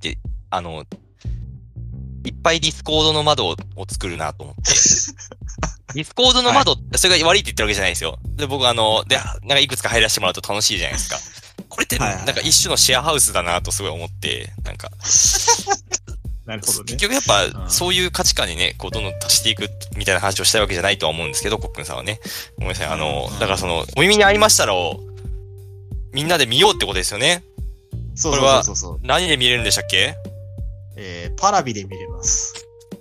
いっぱいディスコードの窓を作るなと思って。ディスコードの窓、それが悪いって言ってるわけじゃないですよ。で、僕なんかいくつか入らせてもらうと楽しいじゃないですか。これって、なんか一種のシェアハウスだなとすごい思って、なんか。 なるほどね。 結局やっぱ、そういう価値観にね、こう、どんどん足していくみたいな話をしたいわけじゃないとは思うんですけど、コックンさんはね。ごめんなさい。だからその、お耳に合いましたらを、みんなで見ようってことですよね。 そう。 これは、何で見れるんでしたっけ？ パラビで見れます。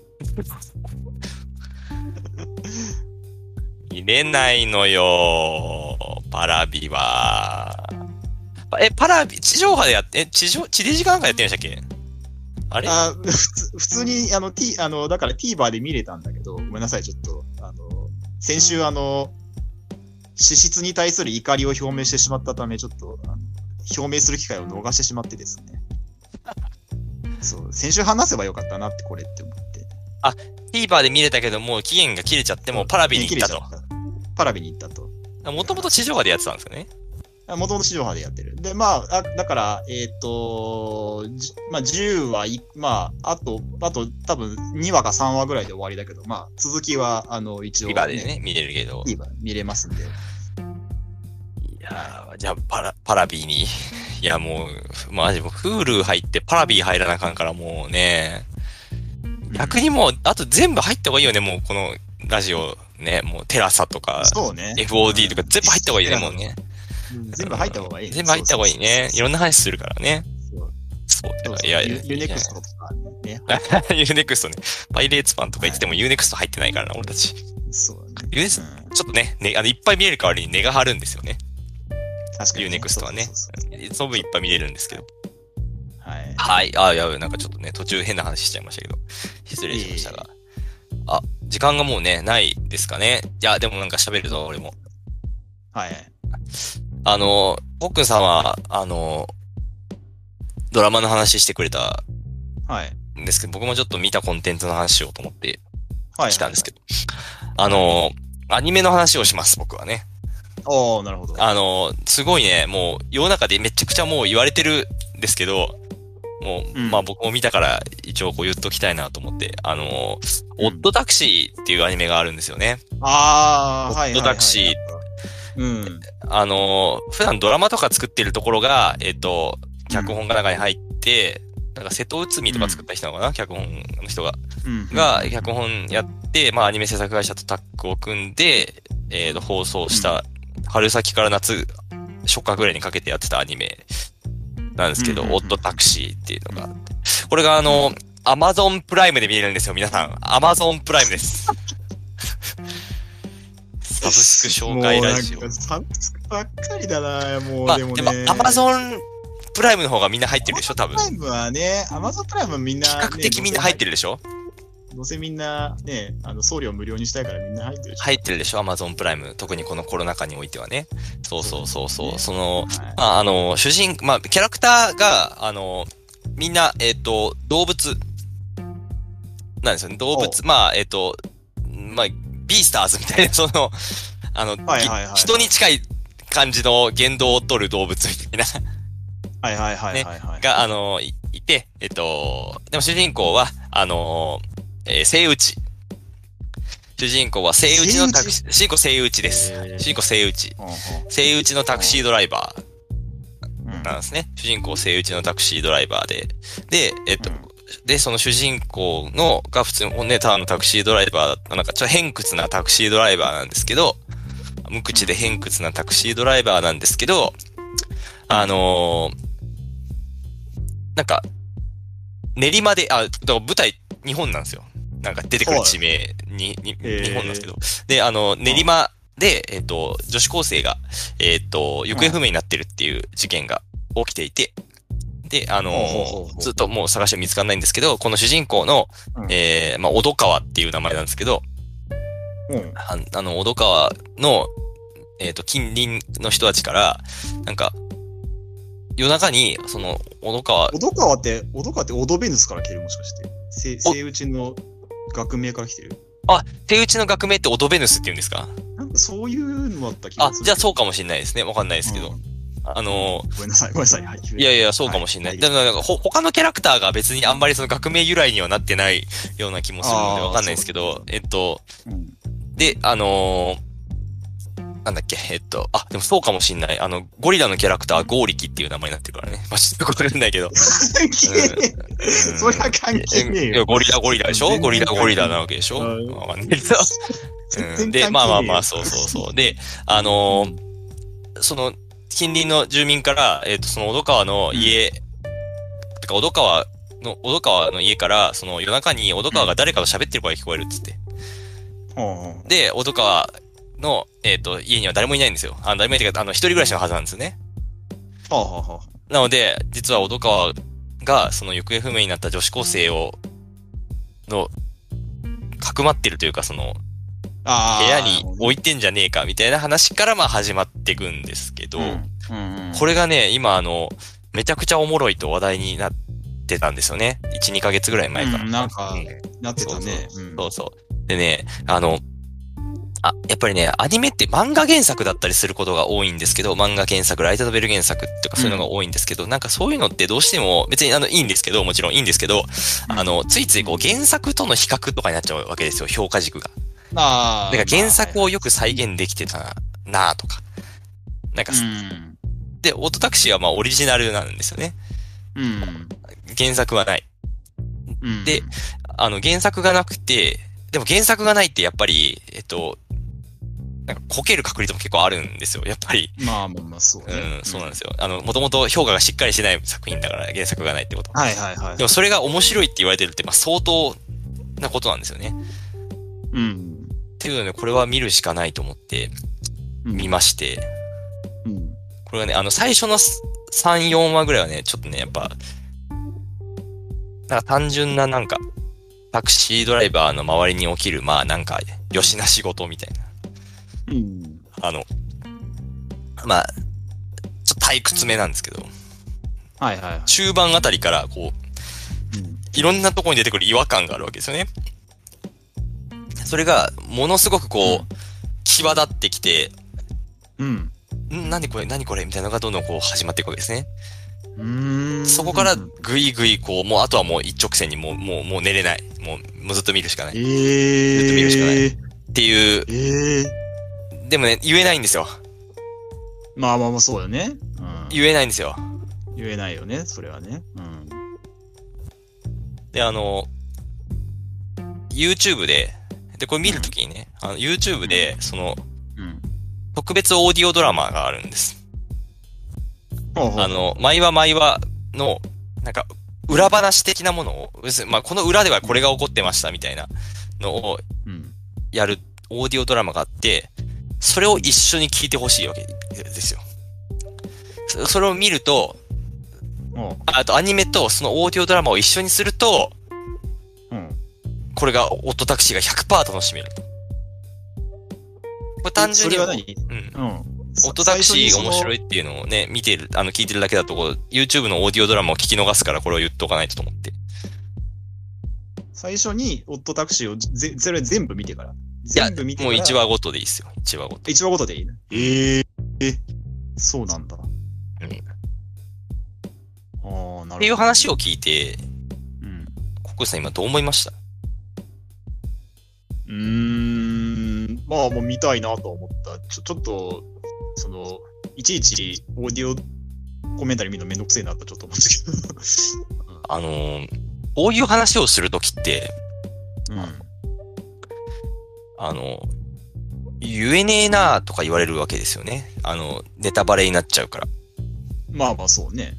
見れないのよ。パラビは。パラビ、地上波で地デジかなんかやってるんでしたっけ？あれ？ 普通に、だから TVer で見れたんだけど、ごめんなさい、ちょっと、先週脂質に対する怒りを表明してしまったため、ちょっと、表明する機会を逃してしまってですね。そう、先週話せばよかったなって、これって思って。 あ、TVer で見れたけど、もう期限が切れちゃってもパラビに行ったと。 パラビに行ったと。 もともと地上波でやってたんですよね。 もともと地上波でやってる。で、まあ、だから、まあ、10話、まあ、あと、多分2話か3話ぐらいで終わりだけど、まあ、続きは、一応、ね。 TVer でね、見れるけど。 TVer 見れますんで。 いやー、じゃあ、パラビにいやもう、マジもう、Hulu 入ってパラビ入らなあかんからもうね、逆にもう、あと全部入った方がいいよね、もうこのラジオね、もうテラサとか、 そうね。 FOD とか全部入った方がいいね、もうね。 全部入った方がいい。 全部入った方がいいね。いろんな話するからね。そう。いや、 ユーネクストとかね。 ユーネクストね。パイレーツパンとか言っててもユーネクスト入ってないからな、俺たち。 そうね。 ユーネクスト、ちょっとね、いっぱい見れる代わりに値が張るんですよね。 確かに。 ユーネクストはね。その分いっぱい見れるんですけど。 はい。 はい。いや、なんかちょっとね、途中変な話しちゃいましたけど。失礼しましたが。時間がもうね、ないですかね。いや、でもなんか喋るぞ、俺も。 はい。 ポックンさんは、ドラマの話してくれたんですけど、僕もちょっと見たコンテンツの話しようと思って来たんですけど、アニメの話をします、僕はね。 なるほど。 すごいね、もう世の中でめちゃくちゃもう言われてるんですけど、もう、まあ僕も見たから一応こう言っときたいなと思って、オッドタクシーっていうアニメがあるんですよね。オッドタクシー。普段ドラマとか作ってるところが、脚本が中に入って、なんか瀬戸内海とか作った人なのかな、脚本の人が。が、脚本やって、まあアニメ制作会社とタッグを組んで、放送した、春先から夏、初夏ぐらいにかけてやってたアニメなんですけど、オッドタクシーっていうのがあって。これがアマゾンプライムで見れるんですよ、皆さん。アマゾンプライムです。サブスク紹介ラジオ。 サブスクばっかりだな、もう。 まあ、でもアマゾンプライムの方がみんな入ってるでしょ、多分。 アマゾンプライムはね、アマゾンプライムはみんな、 比較的みんな入ってるでしょ。 どうせみんなね、送料無料にしたいからみんな入ってるでしょ。 入ってるでしょ、アマゾンプライム。特にこのコロナ禍においてはね。そう。主人、まあ、キャラクターが、みんな、動物、なんですよね。動物、まあ、ビースターズみたいな、人に近い感じの言動を取る動物みたいな。が、いて、でも主人公は、セイウチ。主人公はセイウチのタクシー、主人公セイウチです。主人公セイウチ。セイウチのタクシードライバーなんですね。主人公セイウチのタクシードライバーで。で、その主人公が普通のね、ただのタクシードライバー、なんかちょっと偏屈なタクシードライバーなんですけど、無口で偏屈なタクシードライバーなんですけど、なんか、練馬で、だから舞台、日本なんですよ。なんか出てくる地名日本なんですけど。で、練馬で、女子高生が、行方不明になってるっていう事件が起きていて、で、ずっともう探して見つかんないんですけど、この主人公の、まあ、小戸川っていう名前なんですけど、小戸川の、近隣の人たちから、なんか、夜中に、その、小戸川ってオドベヌスから来てるもしかして。セイウチの学名から来てる。 セイウチの学名ってオドベヌスって言うんですか？ なんかそういうのだった気がする。 じゃあそうかもしれないですね。わかんないですけど。 ごめんなさい。 いや、そうかもしれない。だからなんか他のキャラクターが別にあんまりその学名由来にはなってないような気もするのでわかんないですけど、で、なんだっけ、でもそうかもしんない。ゴリラのキャラクターはゴーリキっていう名前になってるからね。まあ、ちょっとことないけど。 そりゃ関係ねえよ。 ゴリラでしょ？ゴリラなわけでしょ？わかんないけど。で、まあ、そう。で、その、近隣の住民から、その小戸川の家、小戸川の家から、その夜中に小戸川が誰かと喋ってる声が聞こえるっつって。で、小戸川の、家には誰もいないんですよ。誰もいないというか、一人暮らしのはずなんですよね。なので、実は小戸川が、その行方不明になった女子高生かくまってるというか、その、部屋に置いてんじゃねえか、みたいな話から、まあ始まっていくんですけど、これがね、今めちゃくちゃおもろいと話題になってたんですよね。1、2ヶ月ぐらい前から。 なんか、なってたね。 そう。でね、やっぱりね、アニメって漫画原作だったりすることが多いんですけど、漫画原作、ライトノベル原作とかそういうのが多いんですけど、なんかそういうのってどうしても、別にいいんですけど、もちろんいいんですけど、ついついこう原作との比較とかになっちゃうわけですよ、評価軸が。だから原作をよく再現できてたなとか。なんか、 で、オートタクシーはまあオリジナルなんですよね。 うん。 原作はない。 うん。 で、原作がなくて、でも原作がないってやっぱり、なんかこける確率も結構あるんですよ、やっぱり。 まあまあまあ、そうね。 うん、そうなんですよ。もともと評価がしっかりしてない作品だから原作がないってこと。 はいはいはい。 でもそれが面白いって言われてるって、まあ相当なことなんですよね。 うん。 っていうので、これは見るしかないと思って見まして、 うん。 これはね、最初の3、4話ぐらいはね、ちょっとね、やっぱ、なんか単純ななんか、タクシードライバーの周りに起きる、まあなんか、よしな仕事みたいな。 うん。 まあ、ちょっと退屈めなんですけど、 はいはいはい。 中盤あたりからこう、いろんなところに出てくる違和感があるわけですよね。それが、ものすごくこう、際立ってきて、 うん。 何これみたいなのがどんどんこう始まっていくわけですね。 うん。 そこからぐいぐいこう、もうあとはもう一直線にもう寝れない。もうずっと見るしかない。ずっと見るしかない。っていう。でもね、言えないんですよ。 まあまあまあ、そうよね。 うん、言えないんですよ。 言えないよね、それはね。うん。 で、YouTube で、これ見るときにね、YouTube で、特別オーディオドラマがあるんです。毎話の、なんか、裏話的なものを、まあ、この裏ではこれが起こってましたみたいなのを、やるオーディオドラマがあって、それを一緒に聞いてほしいわけですよ。それを見ると、あとアニメとそのオーディオドラマを一緒にすると、これが、オットタクシーが 100% 楽しめると。これ単純に、オットタクシーが面白いっていうのをね、見てる、聞いてるだけだと、YouTube のオーディオドラマを聞き逃すから、これを言っとかないとと思って。 最初に、オットタクシーをそれ全部見てから。 全部見てから。もう1話ごとでいいですよ。1話ごと。 1話ごとでいいね。そうなんだ。 なるほど。っていう話を聞いて、ココさん今どう思いました？ まあもう見たいなと思った。ちょっと、いちいちオーディオコメンタリー見るのめんどくせえなとちょっと思うんですけど。 こういう話をするときって、言えねえなとか言われるわけですよね。ネタバレになっちゃうから。 まあまあそうね。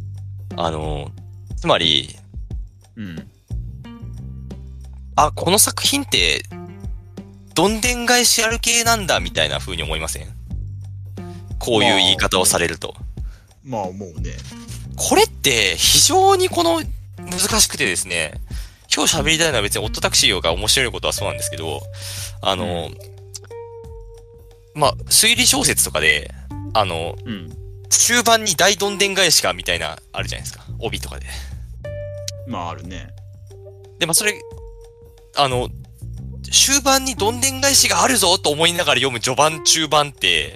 つまり、この作品って、どんでん返しある系なんだみたいな風に思いません？こういう言い方をされると。 まあもうね。 これって非常に難しくてですね、今日喋りたいのは別にオットタクシーが面白いことはそうなんですけど、まあ、推理小説とかで、終盤に大どんでん返しかみたいな、あるじゃないですか。帯とかで。 まああるね。 で、まあそれ、終盤にどんでん返しがあるぞと思いながら読む序盤中盤って、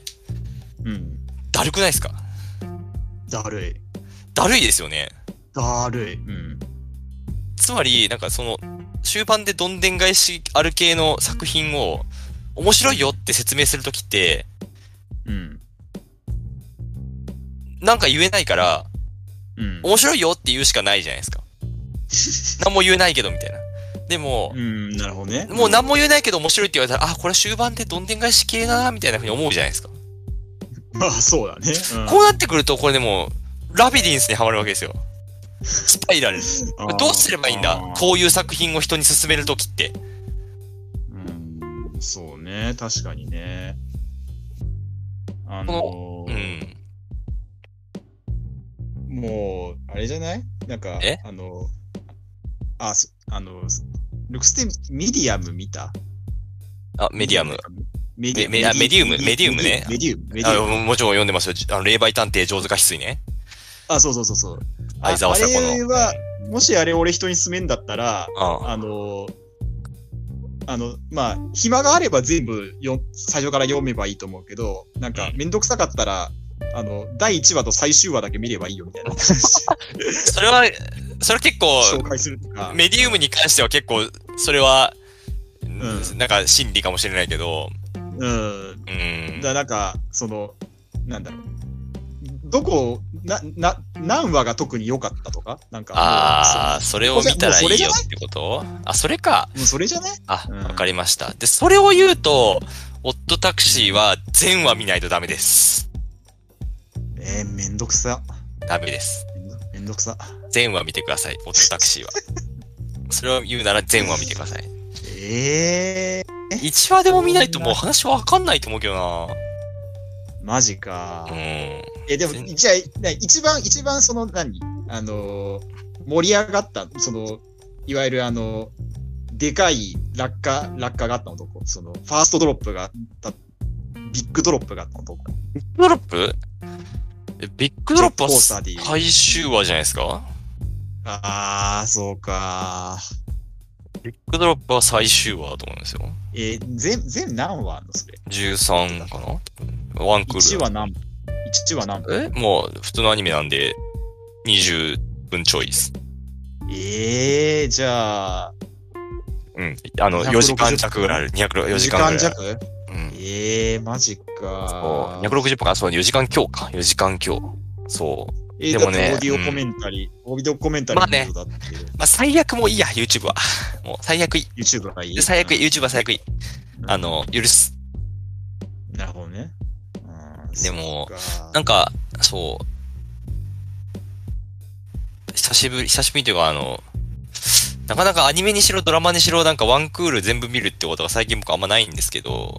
だるくないですか？ だるい。 だるいですよね。 だるい。 つまり、なんか終盤でどんでん返しある系の作品を、面白いよって説明するときって、なんか言えないから、面白いよって言うしかないじゃないですか。何も言えないけど、みたいな。でも、 なるほどね。 もう何も言えないけど面白いって言われたら、これ終盤でどんでん返し系だな、みたいな風に思うじゃないですか。 まあ、そうだね。 こうなってくると、これでも、ラビリンスにハマるわけですよ。スパイラル。どうすればいいんだ？こういう作品を人に勧めるときって。 そうね。確かにね。もう、あれじゃないなんか、ルクステミディアム見た？ メディアム。メディウムね。 メディウム。 もちろん読んでますよ。霊媒探偵上手か翡翠ね。 そう。 相沢さこの。 あれは、もしあれ俺人に勧めんだったら、まあ、暇があれば全部最初から読めばいいと思うけど、なんか、めんどくさかったら、第1話と最終話だけ見ればいいよみたいな。 それ結構、 紹介するとか。 メディウムに関しては結構、それは、なんか真理かもしれないけど。 なんか、なんだろう。 何話が特に良かったとかなんか。 ああ、それを見たらいいよってこと？あ、それか。 もうそれじゃね？ あ、わかりました。で、それを言うと、オットタクシーは全話見ないとダメです。 めんどくさ。 ダメです。 めんどくさ。 全話見てください、オットタクシーは。それを言うなら全話見てください。1話でも見ないともう話わかんないと思うけどな。 マジか。でも、じゃあ、一番その盛り上がった、いわゆるでかい落下があったのどこ？ファーストドロップがあった、ビッグドロップがあったのどこ？ ビッグドロップ？ビッグドロップは最終話じゃないですか？ そうか。 ビッグドロップは最終話だと思うんですよ。 全何話あんのそれ？ 13 かな？ワンクール。 1話何分？ もう普通のアニメなんで20分ちょいです。 じゃあ。 4時間弱ぐらいある。4時間弱？ マジか。 260分か、そう、4時間強か。4時間強。そう。 でもね。オーディオコメンタリー。 まあね。まあ最悪もういいや、YouTube は。もう最悪いい。 YouTube がいい？ 最悪いい。YouTube は最悪いい。許す。 なるほどね。 でも、なんか、そう。久しぶりというかなかなかアニメにしろドラマにしろなんかワンクール全部見るってことが最近僕あんまないんですけど、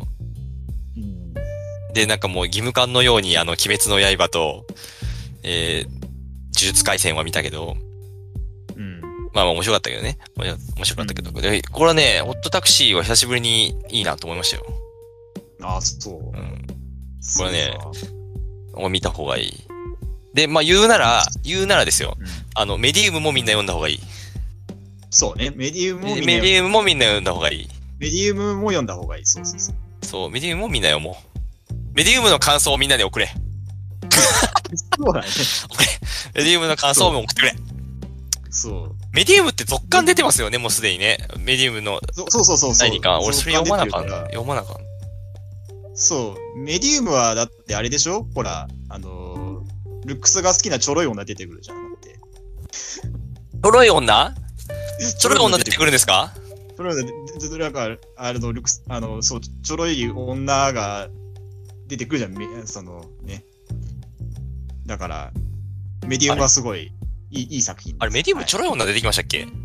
で、なんかもう義務感のように鬼滅の刃と、呪術廻戦は見たけど、まあ面白かったけどね。面白かったけど、でこれはね、ホットタクシーは久しぶりにいいなと思いましたよ。 そう。 これね、見た方がいい。で、まあ言うならですよ。メディウムもみんな読んだ方がいい。 そうね。メディウムもみんな読んだ方がいい。 メディウムも読んだ方がいい。そう。 そう、メディウムもみんな読もう。メディウムの感想をみんなで送れ。 そうだね。 送れ。メディウムの感想も送ってくれ。 そう。 メディウムって続刊出てますよね、もうすでにね。メディウムの。 そう。 何か。俺それ読まなかった。 そう。メディウムはだってあれでしょ？ほら、ルックスが好きなちょろい女出てくるじゃん。だって。 ちょろい女出てくるんですか？ ちょろい女、なんか、ルックス、そう、ちょろい女が出てくるじゃん。ね。だから、メディウムはすごいいい作品です。 あれ、メディウムちょろい女出てきましたっけ？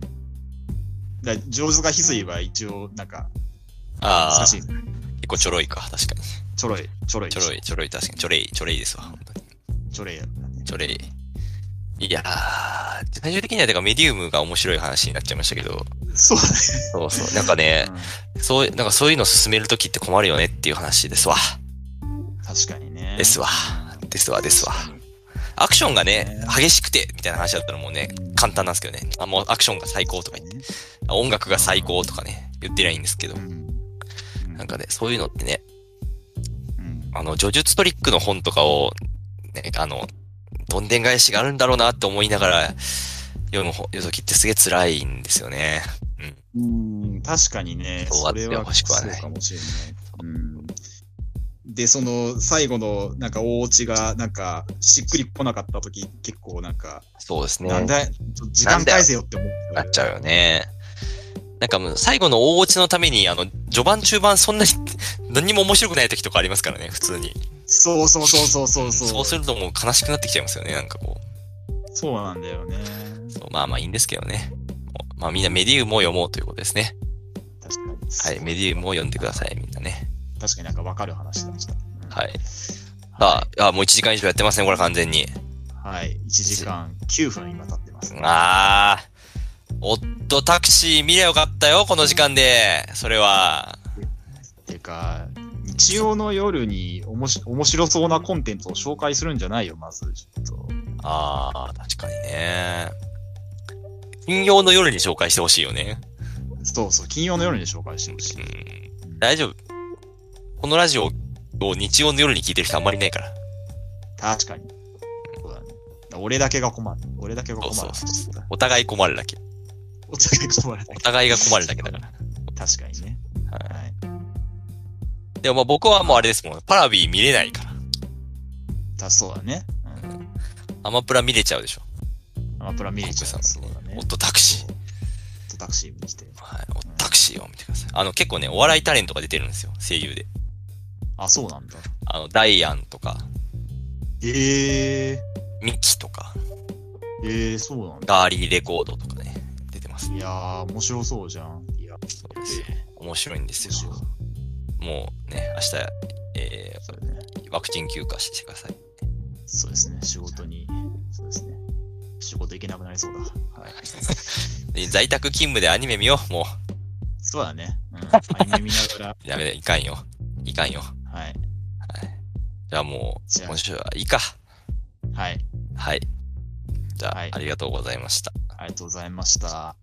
上手が翡翠は一応、なんか、 難しい。結構ちょろいか、確かに。 ちょろい、確かに。 ちょれいですわ、本当に。 ちょれいや。 ちょれい。いやー、最終的には、メディウムが面白い話になっちゃいましたけど。 そうだね。 そう。なんかね、そういうの進めるときって困るよねっていう話ですわ。 確かにね。 ですわ。アクションがね、激しくて、みたいな話だったらもうね、簡単なんですけどね。もうアクションが最高とか言って、音楽が最高とかね、言ってりゃいいんですけど。なんかね、そういうのってね、叙述トリックの本とかを、ね、どんでん返しがあるんだろうなって思いながら読むときってすげえ辛いんですよね。 確かにね。 そうあってほしくはない。 そうかもしれない。で、最後の、なんか、大落ちが、なんか、しっくり来なかったとき、結構なんか、 そうですね。 なんだ、時間返せよって思って。 なっちゃうよね。なんかもう、最後の大落ちのために、序盤中盤そんなに何にも面白くないときとかありますからね、普通に。 そう。そうするともう悲しくなってきちゃいますよね、なんかこう。そうなんだよね。 まあいいんですけどね。まあみんなメディウムを読もうということですね。 確かに。 はい、メディウムを読んでください、みんなね。 確かになんかわかる話だした。 はい。もう1時間以上やってますね、これ完全に。 はい。1時間9分今経ってます、ね。 オットタクシー見りゃよかったよ、この時間で。それは。 てか、日曜の夜に面白そうなコンテンツを紹介するんじゃないよ、まず。ちょっと。 確かにね。金曜の夜に紹介してほしいよね。 そう、金曜の夜に紹介してほしい。 大丈夫。このラジオを日曜の夜に聞いてる人あんまりいないから。 確かに。そうだね。俺だけが困る。 そう。お互い困るだけ。 お互いが困るだけだから。確かにね。はい。 でも僕はもうあれですもん。パラビ見れないから。 そうだね。 アマプラ見れちゃうでしょ。 アマプラ見れちゃう。そうだね。 オットタクシー。 オットタクシー見に来て。 はい。オットタクシーを見てください。結構ね、お笑いタレントが出てるんですよ。声優で。 あ、そうなんだ。 ダイアンとか。 ミキとか。 そうなんだ。 ガーリーレコードとかね、出てます。 いやー、面白そうじゃん。いや、 そうですよ。面白いんですよ。もうね、明日、 そうね、 ワクチン休暇してください。 そうですね、仕事行けなくなりそうだ。はい。 在宅勤務でアニメ見よう、もう。 そうだね。アニメ見ながら。 やめだ、いかんよ。はい。じゃあもう、今週はいいか。 はい。 じゃあ、ありがとうございました。 ありがとうございました。